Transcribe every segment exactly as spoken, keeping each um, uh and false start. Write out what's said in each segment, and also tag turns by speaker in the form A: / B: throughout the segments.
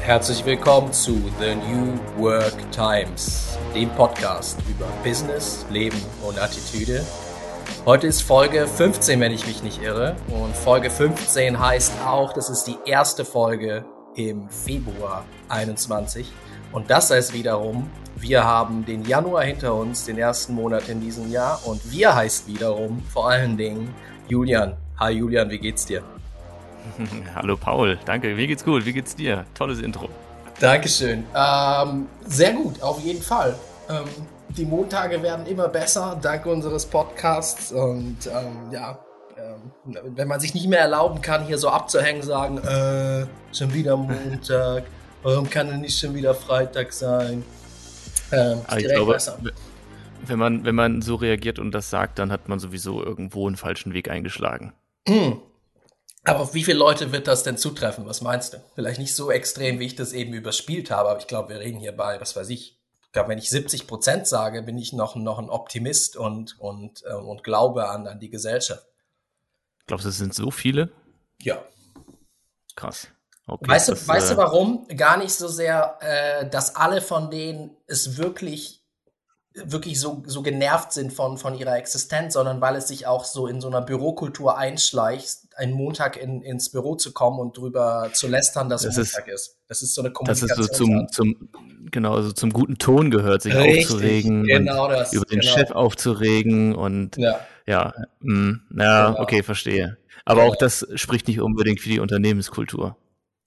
A: Herzlich willkommen zu The New Work Times, dem Podcast über Business, Leben und Attitüde. Heute ist Folge fünfzehn, wenn ich mich nicht irre. Und Folge fünfzehn heißt auch, das ist die erste Folge im Februar einundzwanzig. Und das heißt wiederum, wir haben den Januar hinter uns, den ersten Monat in diesem Jahr. Und wir heißt wiederum vor allen Dingen Julian. Hi Julian, wie geht's dir?
B: Hallo Paul, danke. Mir geht's gut. Wie geht's dir? Tolles Intro.
A: Dankeschön. Ähm, sehr gut, auf jeden Fall. Ähm, die Montage werden immer besser, dank unseres Podcasts. Und ähm, ja, ähm, wenn man sich nicht mehr erlauben kann, hier so abzuhängen, sagen, äh, schon wieder Montag, warum kann denn nicht schon wieder Freitag sein? Ähm, ist
B: Aber ich
A: direkt
B: glaube,
A: besser.
B: wenn man, wenn man so reagiert und das sagt, dann hat man sowieso irgendwo einen falschen Weg eingeschlagen.
A: Hm. Aber auf wie viele Leute wird das denn zutreffen? Was meinst du? Vielleicht nicht so extrem, wie ich das eben überspielt habe, aber ich glaube, wir reden hier bei, was weiß ich, ich glaube, wenn ich siebzig Prozent sage, bin ich noch, noch ein Optimist und, und, äh, und glaube an, an die Gesellschaft.
B: Glaubst du, es sind so viele?
A: Ja.
B: Krass. Okay,
A: Weißt du,
B: das,
A: weißt du
B: äh,
A: warum? Gar nicht so sehr, äh, dass alle von denen es wirklich wirklich so, so genervt sind von, von ihrer Existenz, sondern weil es sich auch so in so einer Bürokultur einschleicht, einen Montag in, ins Büro zu kommen und drüber zu lästern, dass
B: das ist,
A: Montag ist. Das ist so eine
B: das ist so
A: Kommunikationsart.
B: zum, zum, genau, so zum guten Ton gehört, sich
A: Richtig,
B: aufzuregen und
A: genau
B: über
A: das,
B: den Chef
A: genau.
B: aufzuregen und
A: Ja,
B: ja, mh, ja,
A: genau,
B: okay, verstehe. Aber auch
A: genau.
B: das spricht nicht unbedingt für die Unternehmenskultur.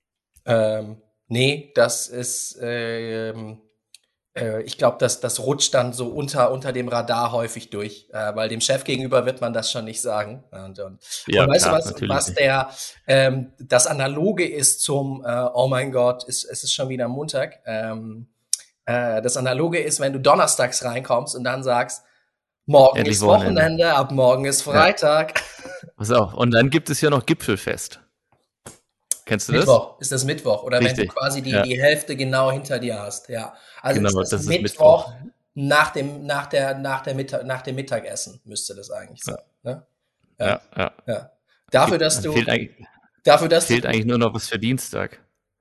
A: Ähm, nee, das ist, ähm, äh, ich glaube, das, das rutscht dann so unter, unter dem Radar häufig durch, äh, weil dem Chef gegenüber wird man das schon nicht sagen. Und, und, und
B: Ja,
A: weißt du,
B: klar,
A: was,
B: natürlich
A: was
B: nicht.
A: der, ähm, das Analoge ist zum, äh, oh mein Gott, es, es ist schon wieder Montag. Ähm, äh, das Analoge ist, wenn du donnerstags reinkommst und dann sagst, morgen
B: Endlich
A: ist
B: Wochenende.
A: Wochenende, ab morgen ist
B: Ja,
A: Freitag.
B: pass auf. Und dann gibt es ja noch Gipfelfest. Kennst du das?
A: Mittwoch, ist das Mittwoch? Oder wenn du
B: Richtig.
A: quasi die,
B: Ja,
A: die Hälfte genau hinter dir hast, ja. Also ist
B: genau,
A: das
B: das ist Mittwoch.
A: Mittwoch nach dem, nach der, nach der Mittag, nach dem Mittagessen müsste das eigentlich
B: Ja,
A: sein, ne? Ja,
B: ja. ja.
A: ja. Dafür,
B: Gibt,
A: dass
B: dann
A: du,
B: fehlt eigentlich,
A: dafür, dass du,
B: fehlt eigentlich nur noch was für Dienstag.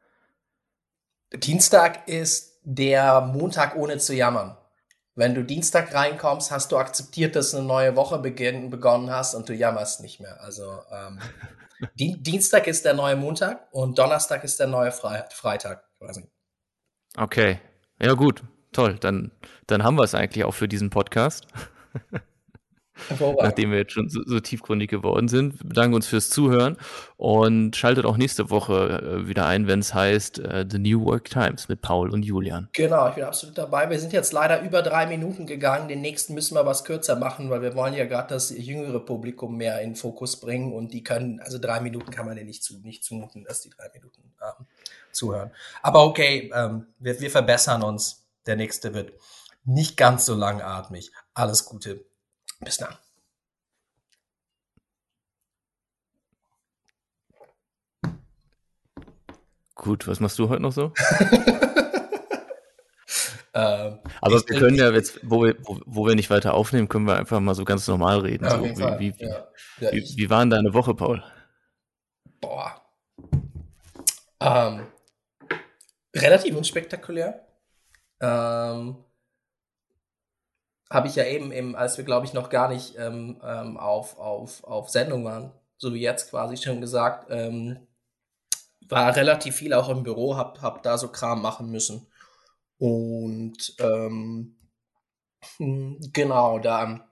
A: Dienstag ist der Montag ohne zu jammern. Wenn du Dienstag reinkommst, hast du akzeptiert, dass eine neue Woche beginn, begonnen hast und du jammerst nicht mehr. Also, ähm, Dien- Dienstag ist der neue Montag und Donnerstag ist der neue Fre Freitag quasi.
B: Okay. Ja, gut. Toll. Dann, dann haben wir es eigentlich auch für diesen Podcast.
A: Hervorragend.
B: Nachdem wir jetzt schon so, so tiefgründig geworden sind. Wir bedanken uns fürs Zuhören und schaltet auch nächste Woche äh, wieder ein, wenn es heißt äh, The New Work Times mit Paul und Julian.
A: Genau, ich bin absolut dabei. Wir sind jetzt leider über drei Minuten gegangen. Den nächsten müssen wir was kürzer machen, weil wir wollen ja gerade das jüngere Publikum mehr in den Fokus bringen und die können, also drei Minuten kann man denen nicht, zu, nicht zumuten, dass die drei Minuten ähm, zuhören. Aber okay, ähm, wir, wir verbessern uns. Der nächste wird nicht ganz so langatmig. Alles Gute. Bis dann.
B: Gut, was machst du heute noch so?
A: ähm,
B: Aber
A: ich
B: wir
A: trinke,
B: können
A: ich,
B: ja jetzt, wo wir, wo, wo wir nicht weiter aufnehmen, können wir einfach mal so ganz normal reden.
A: auf
B: So,
A: jeden
B: wie,
A: Fall,
B: wie, wie,
A: ja. Ja,
B: wie,
A: ich,
B: wie war denn deine Woche, Paul?
A: boah. Ähm, relativ unspektakulär. Ähm, habe ich ja eben, eben als wir, glaube ich, noch gar nicht ähm, ähm, auf, auf, auf Sendung waren, so wie jetzt quasi schon gesagt, ähm, war relativ viel auch im Büro, hab, hab da so Kram machen müssen. Und ähm, hm, genau, da,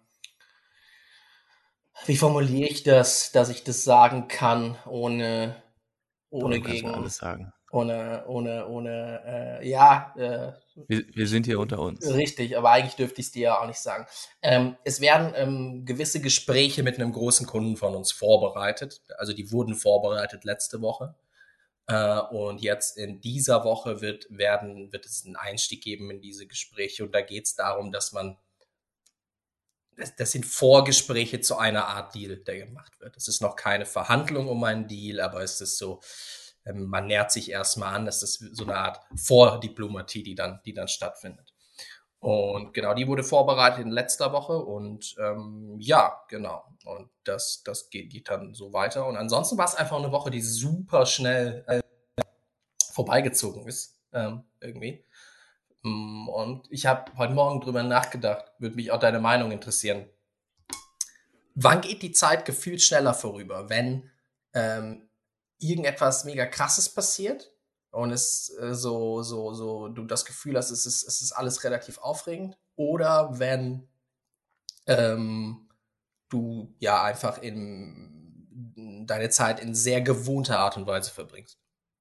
A: wie formuliere ich das, dass ich das sagen kann, ohne,
B: Paul,
A: ohne
B: du kannst mir
A: gegen,
B: alles sagen.
A: ohne, ohne, ohne, äh, ja, äh,
B: Wir, wir
A: ich,
B: sind hier unter uns.
A: richtig, aber eigentlich dürfte ich es dir ja auch nicht sagen. Ähm, es werden ähm, gewisse Gespräche mit einem großen Kunden von uns vorbereitet. Also die wurden vorbereitet letzte Woche. Äh, und jetzt in dieser Woche wird, werden, wird es einen Einstieg geben in diese Gespräche. Und da geht es darum, dass man, das, das sind Vorgespräche zu einer Art Deal, der gemacht wird. Es ist noch keine Verhandlung um einen Deal, aber es ist so, ähm, man nähert sich erstmal an. Das ist so eine Art Vordiplomatie, die dann, die dann stattfindet. Und genau, die wurde vorbereitet in letzter Woche und ähm, ja, genau. Und das, das geht, geht dann so weiter. Und ansonsten war es einfach eine Woche, die super schnell äh, vorbeigezogen ist, ähm, irgendwie. Und ich habe heute Morgen drüber nachgedacht, würde mich auch deine Meinung interessieren. Wann geht die Zeit gefühlt schneller vorüber, wenn ähm, irgendetwas mega krasses passiert und es äh, so, so, so, du das Gefühl hast, es ist, es ist alles relativ aufregend, oder wenn ähm, du ja einfach in deine Zeit in sehr gewohnter Art und Weise verbringst?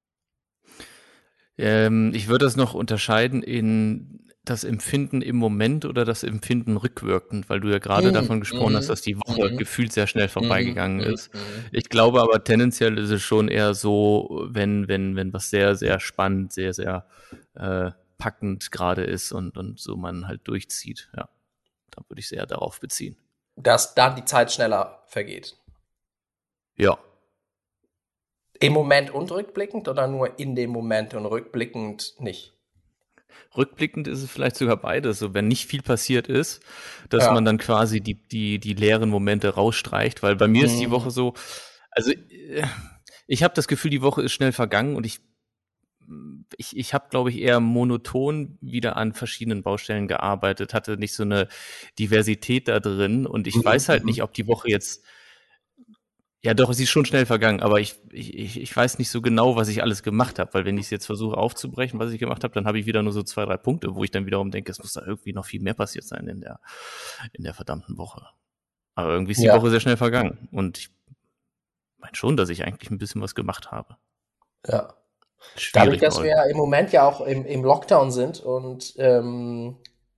B: Ähm, ich würde das noch unterscheiden in das Empfinden im Moment oder das Empfinden rückwirkend, weil du ja gerade
A: Mhm,
B: davon gesprochen hast,
A: mhm,
B: dass die Woche
A: mhm,
B: gefühlt sehr schnell
A: mhm,
B: vorbeigegangen
A: mhm,
B: ist.
A: mhm.
B: Ich glaube aber tendenziell ist es schon eher so, wenn, wenn, wenn was sehr, sehr spannend, sehr, sehr äh, packend gerade ist und, und so man halt durchzieht. Ja, da würde ich sehr darauf beziehen.
A: Dass dann die Zeit schneller vergeht.
B: Ja.
A: Im Moment und rückblickend oder nur in dem Moment und rückblickend nicht?
B: Rückblickend ist es vielleicht sogar beides. So, wenn nicht viel passiert ist, dass man
A: Ja.
B: dann quasi die, die, die leeren Momente rausstreicht, weil bei mir ist die
A: Mhm.
B: Woche so, also äh, ich habe das Gefühl, die Woche ist schnell vergangen und ich, ich, ich habe, glaube ich, eher monoton wieder an verschiedenen Baustellen gearbeitet, hatte nicht so eine Diversität da drin und ich
A: Mhm.
B: weiß halt nicht,
A: Mhm.
B: ob die Woche jetzt ja, doch, sie ist schon schnell vergangen, aber ich, ich, ich ich weiß nicht so genau, was ich alles gemacht habe, weil wenn ich es jetzt versuche aufzubrechen, was ich gemacht habe, dann habe ich wieder nur so zwei, drei Punkte, wo ich dann wiederum denke, es muss da irgendwie noch viel mehr passiert sein in der, in der verdammten Woche. Aber irgendwie ist die
A: Ja,
B: Woche sehr schnell vergangen und ich meine schon, dass ich eigentlich ein bisschen was gemacht habe.
A: ja. Dadurch,
B: Schwierig,
A: dass wir
B: Paul.
A: ja im Moment ja auch im, im Lockdown sind und ähm,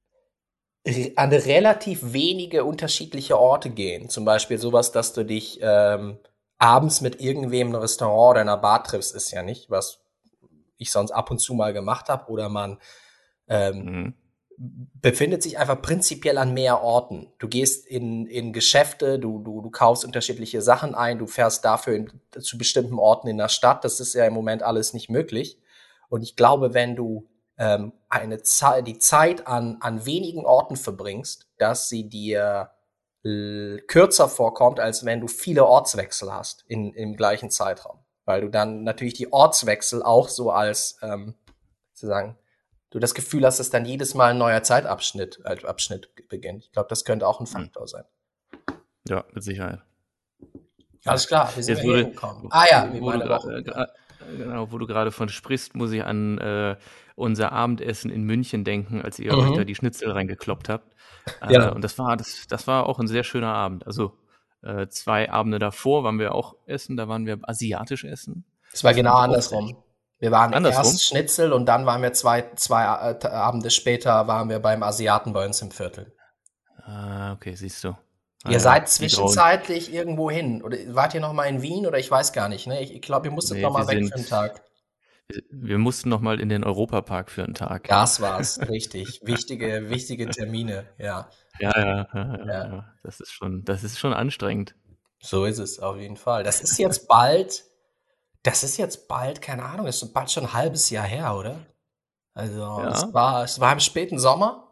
A: re- an relativ wenige unterschiedliche Orte gehen. Zum Beispiel sowas, dass du dich ähm, abends mit irgendwem in einem Restaurant oder in einer Bar triffst, ist ja nicht, was ich sonst ab und zu mal gemacht habe. Oder man ähm,
B: Mhm.
A: befindet sich einfach prinzipiell an mehr Orten. Du gehst in, in Geschäfte, du, du, du kaufst unterschiedliche Sachen ein, du fährst dafür in, zu bestimmten Orten in der Stadt. Das ist ja im Moment alles nicht möglich. Und ich glaube, wenn du ähm, eine Zeit, die Zeit an, an wenigen Orten verbringst, dass sie dir äh, kürzer vorkommt, als wenn du viele Ortswechsel hast in, im gleichen Zeitraum. Weil du dann natürlich die Ortswechsel auch so als, ähm, sozusagen, du das Gefühl hast, dass dann jedes Mal ein neuer Zeitabschnitt äh, Abschnitt beginnt. Ich glaube, das könnte auch ein
B: Mhm.
A: Faktor sein.
B: Ja, mit Sicherheit. Ja.
A: Alles klar, wie sind wir
B: Jetzt
A: hier
B: wurde,
A: hingekommen? Ah ja, wie
B: wo du
A: meine
B: gra-
A: Woche.
B: äh,
A: Ja.
B: gra- äh, genau, wo du gerade von sprichst, muss ich an äh, unser Abendessen in München denken, als ihr euch da
A: Mhm.
B: die Schnitzel reingekloppt habt. Äh,
A: Genau.
B: und das war, das, das war auch ein sehr schöner Abend. Also äh, zwei Abende davor waren wir auch essen, da waren wir asiatisch essen.
A: Es war
B: Das
A: genau
B: fand ich auch sehr
A: andersrum. Wir waren
B: andersrum.
A: erst Schnitzel und dann waren wir zwei, zwei äh, Abende später waren wir beim Asiaten bei uns im Viertel.
B: Ah, okay, siehst du.
A: Ihr
B: Naja,
A: seid
B: die grauen.
A: zwischenzeitlich irgendwo hin. Oder wart ihr noch mal in Wien oder ich weiß gar nicht, ne? Ich, ich glaube, ihr musstet noch
B: Nee, wir
A: mal weg für
B: sind,
A: einen Tag.
B: wir mussten noch mal in den Europapark für einen Tag.
A: Das war's, richtig. Wichtige, wichtige Termine, ja.
B: Ja, ja, ja, ja,
A: Ja.
B: ja. Das ist schon, das ist schon anstrengend.
A: So ist es auf jeden Fall. Das ist jetzt bald, das ist jetzt bald, keine Ahnung, das ist bald schon ein halbes Jahr her, oder? Also, es
B: Ja,
A: war, es war im späten Sommer,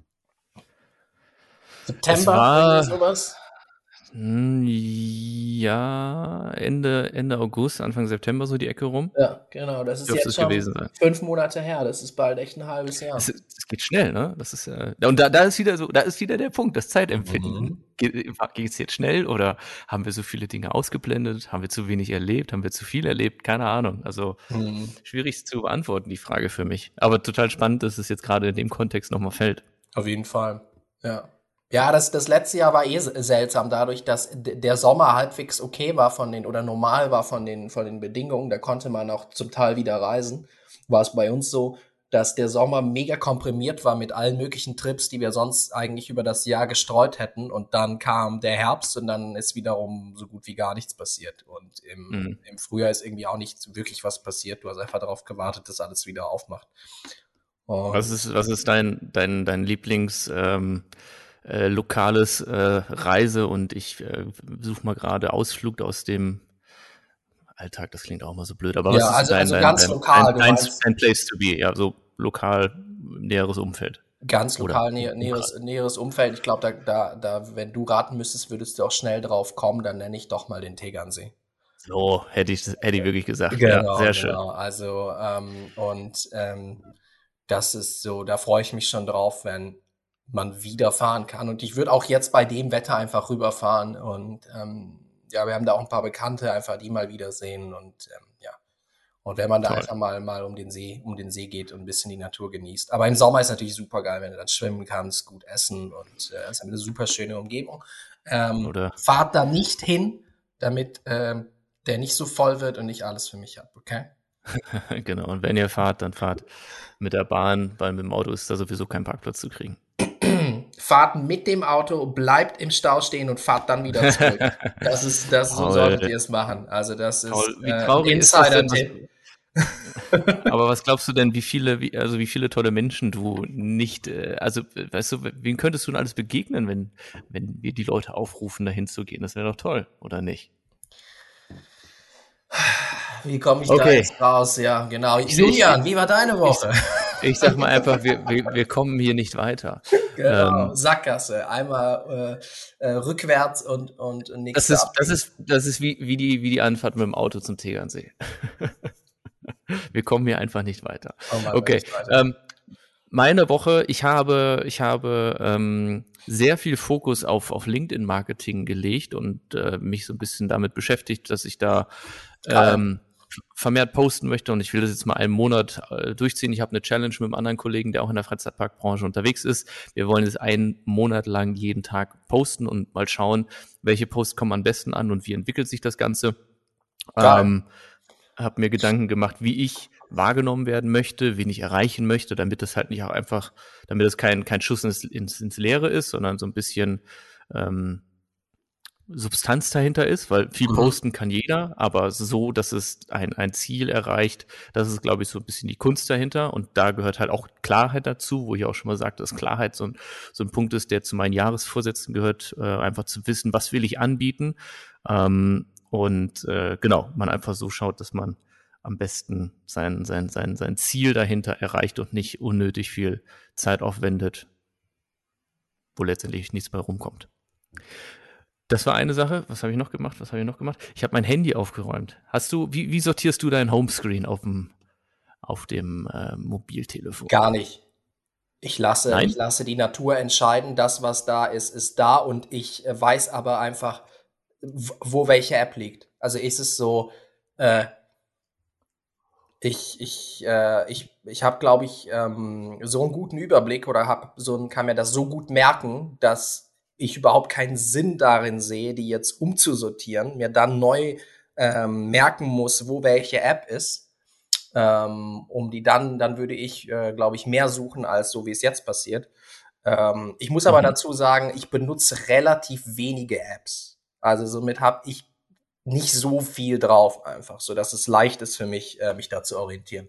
B: es
A: September, irgendwie
B: war,
A: sowas.
B: hm, ja, Ende, Ende August, Anfang September so die Ecke rum.
A: Ja, genau, das ist
B: Dürfte
A: jetzt
B: es
A: schon
B: gewesen sein.
A: fünf Monate her. Das ist bald echt ein halbes
B: Es,
A: Jahr.
B: es geht schnell, ne? Das ist ja, und da, da ist wieder so, da ist wieder der Punkt, das Zeitempfinden.
A: Mhm.
B: Geht es jetzt schnell oder haben wir so viele Dinge ausgeblendet? Haben wir zu wenig erlebt? Haben wir zu viel erlebt? Keine Ahnung. Also
A: Mhm.
B: schwierig zu beantworten, die Frage für mich. Aber total spannend, dass es jetzt gerade in dem Kontext nochmal fällt.
A: Auf jeden Fall. Ja. Ja, das, das letzte Jahr war eh se- seltsam, dadurch, dass d- der Sommer halbwegs okay war von den, oder normal war von den, von den Bedingungen, da konnte man auch zum Teil wieder reisen, war es bei uns so, dass der Sommer mega komprimiert war mit allen möglichen Trips, die wir sonst eigentlich über das Jahr gestreut hätten. Und dann kam der Herbst und dann ist wiederum so gut wie gar nichts passiert. Und im,
B: Mhm.
A: im Frühjahr ist irgendwie auch nicht wirklich was passiert. Du hast einfach darauf gewartet, dass alles wieder aufmacht.
B: Was
A: Und
B: ist, was ist dein, dein, dein Lieblings, ähm, äh, lokales äh, Reise und ich äh, suche mal gerade Ausflug aus dem Alltag, das klingt auch mal so blöd, aber was
A: ja,
B: ist so
A: also,
B: dein,
A: also
B: dein,
A: ganz
B: dein, dein,
A: lokal, du
B: dein,
A: meinst
B: dein Place to be, ja, so lokal näheres Umfeld
A: ganz
B: oder
A: lokal nä näheres,
B: Umkreis?
A: näheres Umfeld. Ich glaube, da, da, da, wenn du raten müsstest, würdest du auch schnell drauf kommen, dann nenne ich doch mal den Tegernsee.
B: So hätte ich, hätte ich wirklich gesagt. Ja,
A: Genau,
B: sehr schön.
A: genau. Also, ähm, und ähm, das ist so, da freue ich mich schon drauf, wenn man wieder fahren kann. Und ich würde auch jetzt bei dem Wetter einfach rüberfahren. Und ähm, ja, wir haben da auch ein paar Bekannte, einfach die mal wiedersehen. Und ähm, ja, und wenn man da
B: Toll.
A: einfach mal, mal um den See, um den See geht und ein bisschen die Natur genießt. Aber im Sommer ist natürlich super geil, wenn du dann schwimmen kannst, gut essen und äh, ist eine super schöne Umgebung. Ähm,
B: Oder
A: fahrt da nicht hin, damit ähm, der nicht so voll wird und nicht alles für mich hat, okay?
B: genau. Und wenn ihr fahrt, dann fahrt mit der Bahn, weil mit dem Auto ist da sowieso kein Parkplatz zu kriegen.
A: Fahrt mit dem Auto, bleibt im Stau stehen und fahrt dann wieder zurück. Das ist, das, so
B: Toll,
A: solltet ihr es machen. Also das
B: toll.
A: ist
B: Wie
A: äh, ein
B: traurig ist das denn? Was,
A: Insider-Tipp.
B: aber was glaubst du denn, wie viele, wie, also wie viele tolle Menschen du nicht, äh, also weißt du, wen könntest du denn alles begegnen, wenn, wenn wir die Leute aufrufen, dahin zu gehen? Das wäre doch toll, oder nicht?
A: Wie komme ich da
B: Okay,
A: jetzt raus? Ja, genau.
B: ich, ich,
A: Julian, wie war deine
B: ich,
A: Woche?
B: ich sag mal einfach, wir, wir, wir kommen hier nicht weiter.
A: Genau,
B: Ähm,
A: Sackgasse. Einmal äh, äh, rückwärts und, und
B: das
A: nächste
B: ist, das
A: abbiegen.
B: ist, das ist wie, wie die, wie die Anfahrt mit dem Auto zum Tegernsee. Wir kommen hier einfach nicht weiter.
A: Oh Mann, wir
B: Okay,
A: nicht weiter.
B: ähm, meine Woche, ich habe, ich habe ähm, sehr viel Fokus auf, auf LinkedIn-Marketing gelegt und äh, mich so ein bisschen damit beschäftigt, dass ich da
A: Geil.
B: ähm, vermehrt posten möchte und ich will das jetzt mal einen Monat äh, durchziehen. Ich habe eine Challenge mit einem anderen Kollegen, der auch in der Freizeitparkbranche unterwegs ist. Wir wollen jetzt einen Monat lang jeden Tag posten und mal schauen, welche Posts kommen am besten an und wie entwickelt sich das Ganze.
A: Geil.
B: Ähm, habe mir Gedanken gemacht, wie ich wahrgenommen werden möchte, wen ich erreichen möchte, damit das halt nicht auch einfach, damit es kein, kein Schuss ins, ins, ins Leere ist, sondern so ein bisschen ähm, Substanz dahinter ist, weil viel
A: Mhm.
B: posten kann jeder, aber so, dass es ein, ein Ziel erreicht, das ist, glaube ich, so ein bisschen die Kunst dahinter. Und da gehört halt auch Klarheit dazu, wo ich auch schon mal sagte, dass Klarheit so ein, so ein Punkt ist, der zu meinen Jahresvorsätzen gehört, äh, einfach zu wissen, was will ich anbieten. Ähm, und äh, genau, man einfach so schaut, dass man am besten sein, sein, sein, sein Ziel dahinter erreicht und nicht unnötig viel Zeit aufwendet, wo letztendlich nichts bei rumkommt. Das war eine Sache. Was habe ich noch gemacht? Was habe ich noch gemacht? Ich habe mein Handy aufgeräumt. Hast du, wie, wie sortierst du dein Homescreen auf dem, auf dem äh, Mobiltelefon?
A: Gar nicht. Ich lasse, ich
B: Nein?
A: lasse die Natur entscheiden. Das, was da ist, ist da und ich äh, weiß aber einfach, w- wo welche App liegt. Also ist es so, äh, ich, ich, äh, ich, ich habe, glaube ich, ähm, so einen guten Überblick oder hab so ein, kann mir das so gut merken, dass ich überhaupt keinen Sinn darin sehe, die jetzt umzusortieren, mir dann neu ähm, merken muss, wo welche App ist, ähm, um die dann, dann würde ich, äh, glaube ich, mehr suchen als so, wie es jetzt passiert. Ähm, ich muss aber
B: Mhm.
A: dazu sagen, ich benutze relativ wenige Apps. Also somit habe ich nicht so viel drauf einfach, so dass es leicht ist für mich, äh, mich da zu orientieren.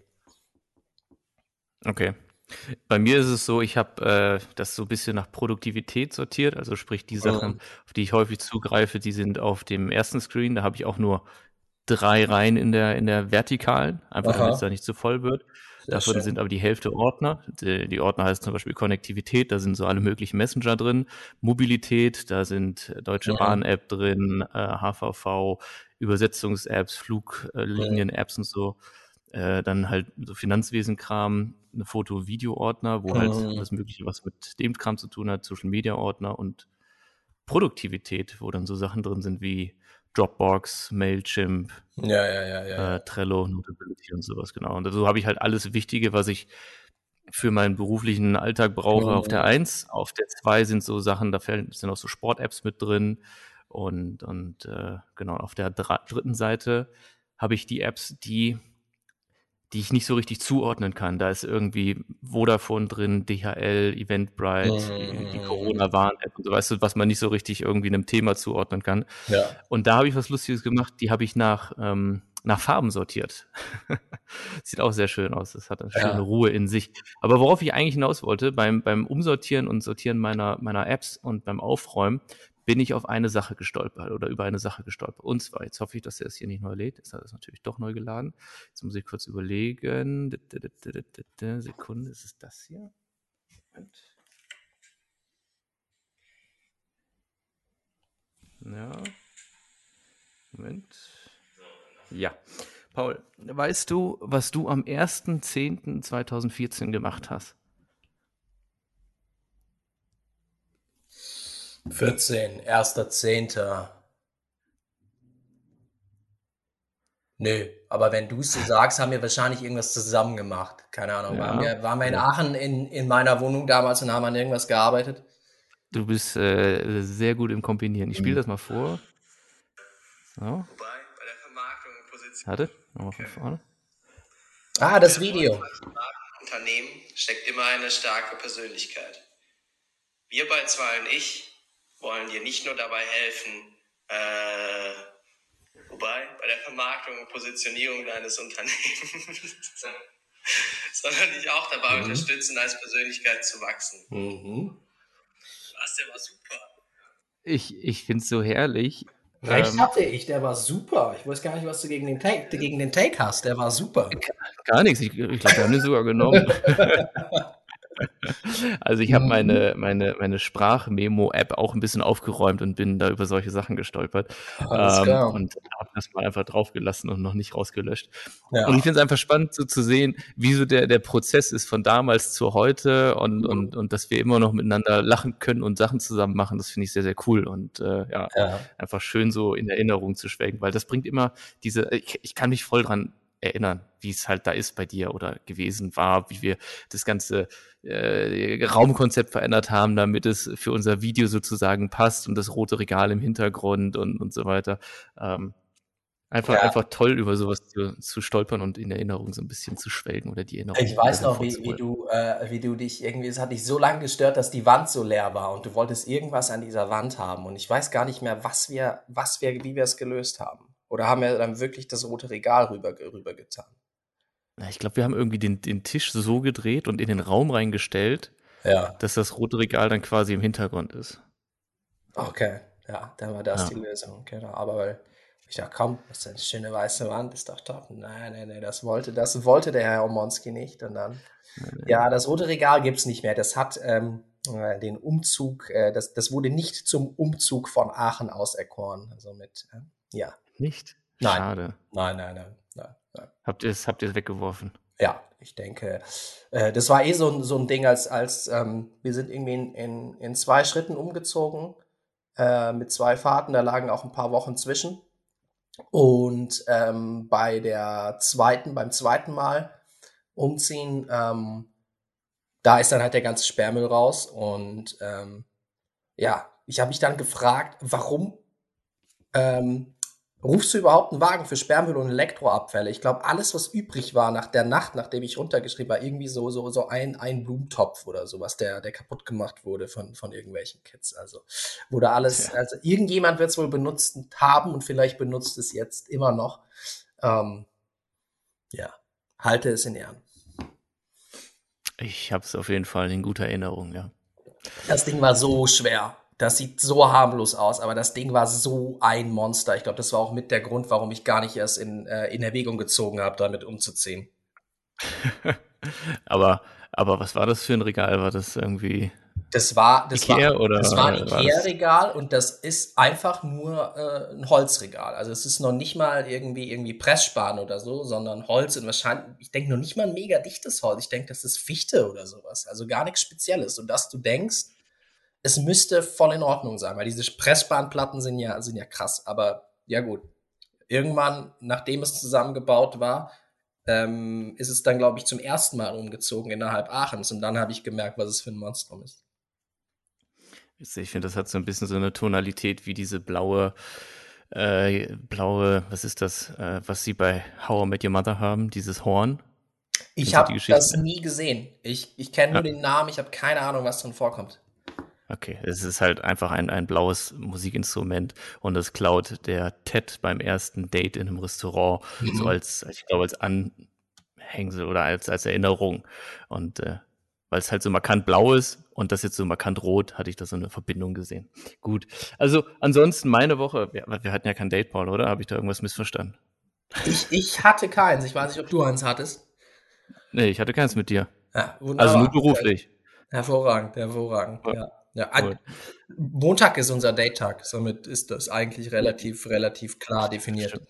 B: Okay. Bei mir ist es so, ich habe äh, das so ein bisschen nach Produktivität sortiert, also sprich die Sachen,
A: Mhm.
B: auf die ich häufig zugreife, die sind auf dem ersten Screen, da habe ich auch nur drei Reihen in der, in der Vertikalen, einfach damit es
A: Aha,
B: da nicht zu voll wird.
A: sehr
B: Davon
A: schön.
B: sind aber die Hälfte Ordner. Die, die Ordner heißt zum Beispiel Konnektivität, da sind so alle möglichen Messenger drin. Mobilität, da sind Deutsche
A: Mhm.
B: Bahn-App drin, äh, H V V, Übersetzungs-Apps,
A: Mhm.
B: Fluglinien-Apps und so. Äh, dann halt so Finanzwesen-Kram, eine Foto-Video-Ordner, wo halt
A: Mhm.
B: alles Mögliche, was mit dem Kram zu tun hat, Social-Media-Ordner und Produktivität, wo dann so Sachen drin sind wie Dropbox, Mailchimp,
A: Ja, ja, ja, ja, ja.
B: äh, Trello, Notability und sowas, genau. Und so habe ich halt alles Wichtige, was ich für meinen beruflichen Alltag brauche, auf der
A: Mhm.
B: eins. Auf der zwei sind so Sachen, da fällt- sind auch so Sport-Apps mit drin. Und, und äh, genau, auf der dra- dritten Seite habe ich die Apps, die die ich nicht so richtig zuordnen kann. Da ist irgendwie Vodafone drin, D H L, Eventbrite, die, die
A: Mhm.
B: Corona-Warn-App und so, weißt du, was man nicht so richtig irgendwie einem Thema zuordnen kann.
A: Ja.
B: Und da habe ich was Lustiges gemacht, die habe ich nach, ähm, nach Farben sortiert. Sieht auch sehr schön aus. Das hat eine schöne
A: Ja.
B: Ruhe in sich. Aber worauf ich eigentlich hinaus wollte, beim, beim Umsortieren und Sortieren meiner, meiner Apps und beim Aufräumen, bin ich auf eine Sache gestolpert oder über eine Sache gestolpert. Und zwar, jetzt hoffe ich, dass er es hier nicht neu lädt. Jetzt hat er es natürlich doch neu geladen. Jetzt muss ich kurz überlegen. Sekunde, ist es das hier? Moment. Ja, Moment. Ja. Paul, weißt du, was du am ersten zehnten zweitausendvierzehn gemacht hast?
A: vierzehn, erster Zehnter. Nö, aber wenn du es so sagst, haben wir wahrscheinlich irgendwas zusammen gemacht. Keine Ahnung. Waren
B: Ja,
A: wir, waren wir in
B: ja.
A: Aachen in, in meiner Wohnung damals und haben an irgendwas gearbeitet?
B: Du bist äh, sehr gut im Kombinieren. Ich spiele
A: Hm.
B: das mal vor. So,
A: Wobei, bei der Vermarktung und Position.
B: warte, nochmal von
A: Okay.
B: vorne.
A: Ah, das Video. Unternehmen steckt immer eine starke Persönlichkeit. Wir bei zwei und ich wollen dir nicht nur dabei helfen, äh, wobei bei der Vermarktung und Positionierung deines Unternehmens, sondern dich auch dabei mhm. unterstützen, als Persönlichkeit zu wachsen. Mhm. Was, der war super.
B: Ich, ich finde es so herrlich.
A: Recht
B: Ähm,
A: hatte ich, der war super. Ich weiß gar nicht, was du gegen den Take, gegen den Take hast. Der war super.
B: Gar nichts. Ich, ich glaube, wir haben den sogar genommen. Also ich habe
A: Mhm.
B: meine, meine, meine Sprachmemo-App auch ein bisschen aufgeräumt und bin da über solche Sachen gestolpert.
A: Alles
B: Ähm,
A: klar.
B: und habe das mal einfach draufgelassen und noch nicht rausgelöscht.
A: Ja.
B: Und ich finde es einfach spannend, so zu sehen, wie so der, der Prozess ist von damals zu heute und,
A: Mhm.
B: und, und dass wir immer noch miteinander lachen können und Sachen zusammen machen. Das finde ich sehr, sehr cool und äh, ja,
A: Ja.
B: einfach schön so in Erinnerung zu schwelgen, weil das bringt immer diese, ich, ich kann mich voll dran erinnern, wie es halt da ist bei dir oder gewesen war, wie wir das ganze äh, Raumkonzept verändert haben, damit es für unser Video sozusagen passt und das rote Regal im Hintergrund und, und so weiter. Ähm, einfach,
A: Ja.
B: einfach toll, über sowas zu, zu stolpern und in Erinnerung so ein bisschen zu schwelgen oder die Erinnerung
A: Ich
B: wieder
A: weiß noch, wie, wie
B: hervorzuholen.
A: du, äh, wie du dich irgendwie, es hat dich so lange gestört, dass die Wand so leer war und du wolltest irgendwas an dieser Wand haben. Und ich weiß gar nicht mehr, was wir, was wir, wie wir es gelöst haben. Oder haben wir dann wirklich das rote Regal rüber, rüber getan?
B: Na, ich glaube, wir haben irgendwie den, den Tisch so gedreht und in den Raum reingestellt,
A: Ja.
B: dass das rote Regal dann quasi im Hintergrund ist.
A: Okay. Ja, dann war das
B: Ja.
A: die Lösung. Genau. Aber weil ich dachte, komm, das ist eine schöne weiße Wand, ist doch top. Nein, nein, nein, das wollte, das wollte der Herr Omonski nicht. Und dann, ja, das rote Regal gibt's nicht mehr. Das hat ähm, äh, den Umzug, äh, das, das wurde nicht zum Umzug von Aachen auserkoren. Also mit, äh, ja.
B: Nicht?
A: Nein.
B: Schade.
A: Nein, nein, nein, nein, nein.
B: Habt ihr es habt ihr es weggeworfen?
A: Ja, ich denke, äh, das war eh so ein, so ein Ding, als, als ähm, wir sind irgendwie in, in, in zwei Schritten umgezogen, äh, mit zwei Fahrten, da lagen auch ein paar Wochen zwischen. Und ähm, bei der zweiten, beim zweiten Mal umziehen, ähm, da ist dann halt der ganze Sperrmüll raus. Und ähm, ja, ich habe mich dann gefragt, warum ähm, rufst du überhaupt einen Wagen für Sperrmüll und Elektroabfälle? Ich glaube, alles, was übrig war nach der Nacht, nachdem ich runtergeschrieben war, irgendwie so, so, so ein, ein Blumentopf oder sowas, der, der kaputt gemacht wurde von, von irgendwelchen Kids. Also wurde alles,
B: Tja.
A: also irgendjemand wird es wohl benutzt haben und vielleicht benutzt es jetzt immer noch. Ähm, ja, halte es in Ehren.
B: Ich habe es auf jeden Fall in guter Erinnerung, ja.
A: Das Ding war so schwer. Das sieht so harmlos aus, aber das Ding war so ein Monster. Ich glaube, das war auch mit der Grund, warum ich gar nicht erst in, äh, in Erwägung gezogen habe, damit umzuziehen.
B: aber, aber was war das für ein Regal? War das irgendwie
A: Das war, das
B: Ikea
A: war,
B: oder
A: das war ein
B: war das?
A: Ikea-Regal und das ist einfach nur äh, ein Holzregal. Also es ist noch nicht mal irgendwie irgendwie Pressspan oder so, sondern Holz und wahrscheinlich, ich denke noch nicht mal ein mega dichtes Holz. Ich denke, das ist Fichte oder sowas. Also gar nichts Spezielles. Und dass du denkst, es müsste voll in Ordnung sein, weil diese Pressspanplatten sind ja, sind ja krass. Aber ja gut, irgendwann, nachdem es zusammengebaut war, ähm, ist es dann, glaube ich, zum ersten Mal umgezogen innerhalb Aachens. Und dann habe ich gemerkt, was es für ein Monstrum ist.
B: Ich finde, das hat so ein bisschen so eine Tonalität wie diese blaue, äh, blaue, was ist das, äh, was sie bei How I Met Your Mother haben, dieses Horn.
A: Ich
B: Kennst du die
A: habe das
B: Geschichte?
A: nie gesehen. Ich, ich kenne nur
B: Ja,
A: den Namen, ich habe keine Ahnung, was drin vorkommt.
B: okay. Es ist halt einfach ein, ein blaues Musikinstrument und das klaut der Ted beim ersten Date in einem Restaurant, so
A: Mhm.
B: als, als ich glaube, als Anhängsel oder als, als Erinnerung. Und äh, weil es halt so markant blau ist und das jetzt so markant rot, hatte ich da so eine Verbindung gesehen. Gut. Also ansonsten meine Woche, wir, wir hatten ja kein Date, Paul, oder? Habe ich da irgendwas missverstanden?
A: Ich, ich hatte keins. Ich weiß nicht, ob du eins hattest.
B: Nee, ich hatte keins mit dir.
A: Ja,
B: Also nur
A: wunderbar.
B: beruflich.
A: Hervorragend, hervorragend.
B: Ja,
A: Ja. Ja,
B: gut.
A: an- Montag ist unser Date-Tag. Somit ist das eigentlich
B: Ja,
A: relativ, relativ klar
B: st-
A: definiert.
B: stimmt.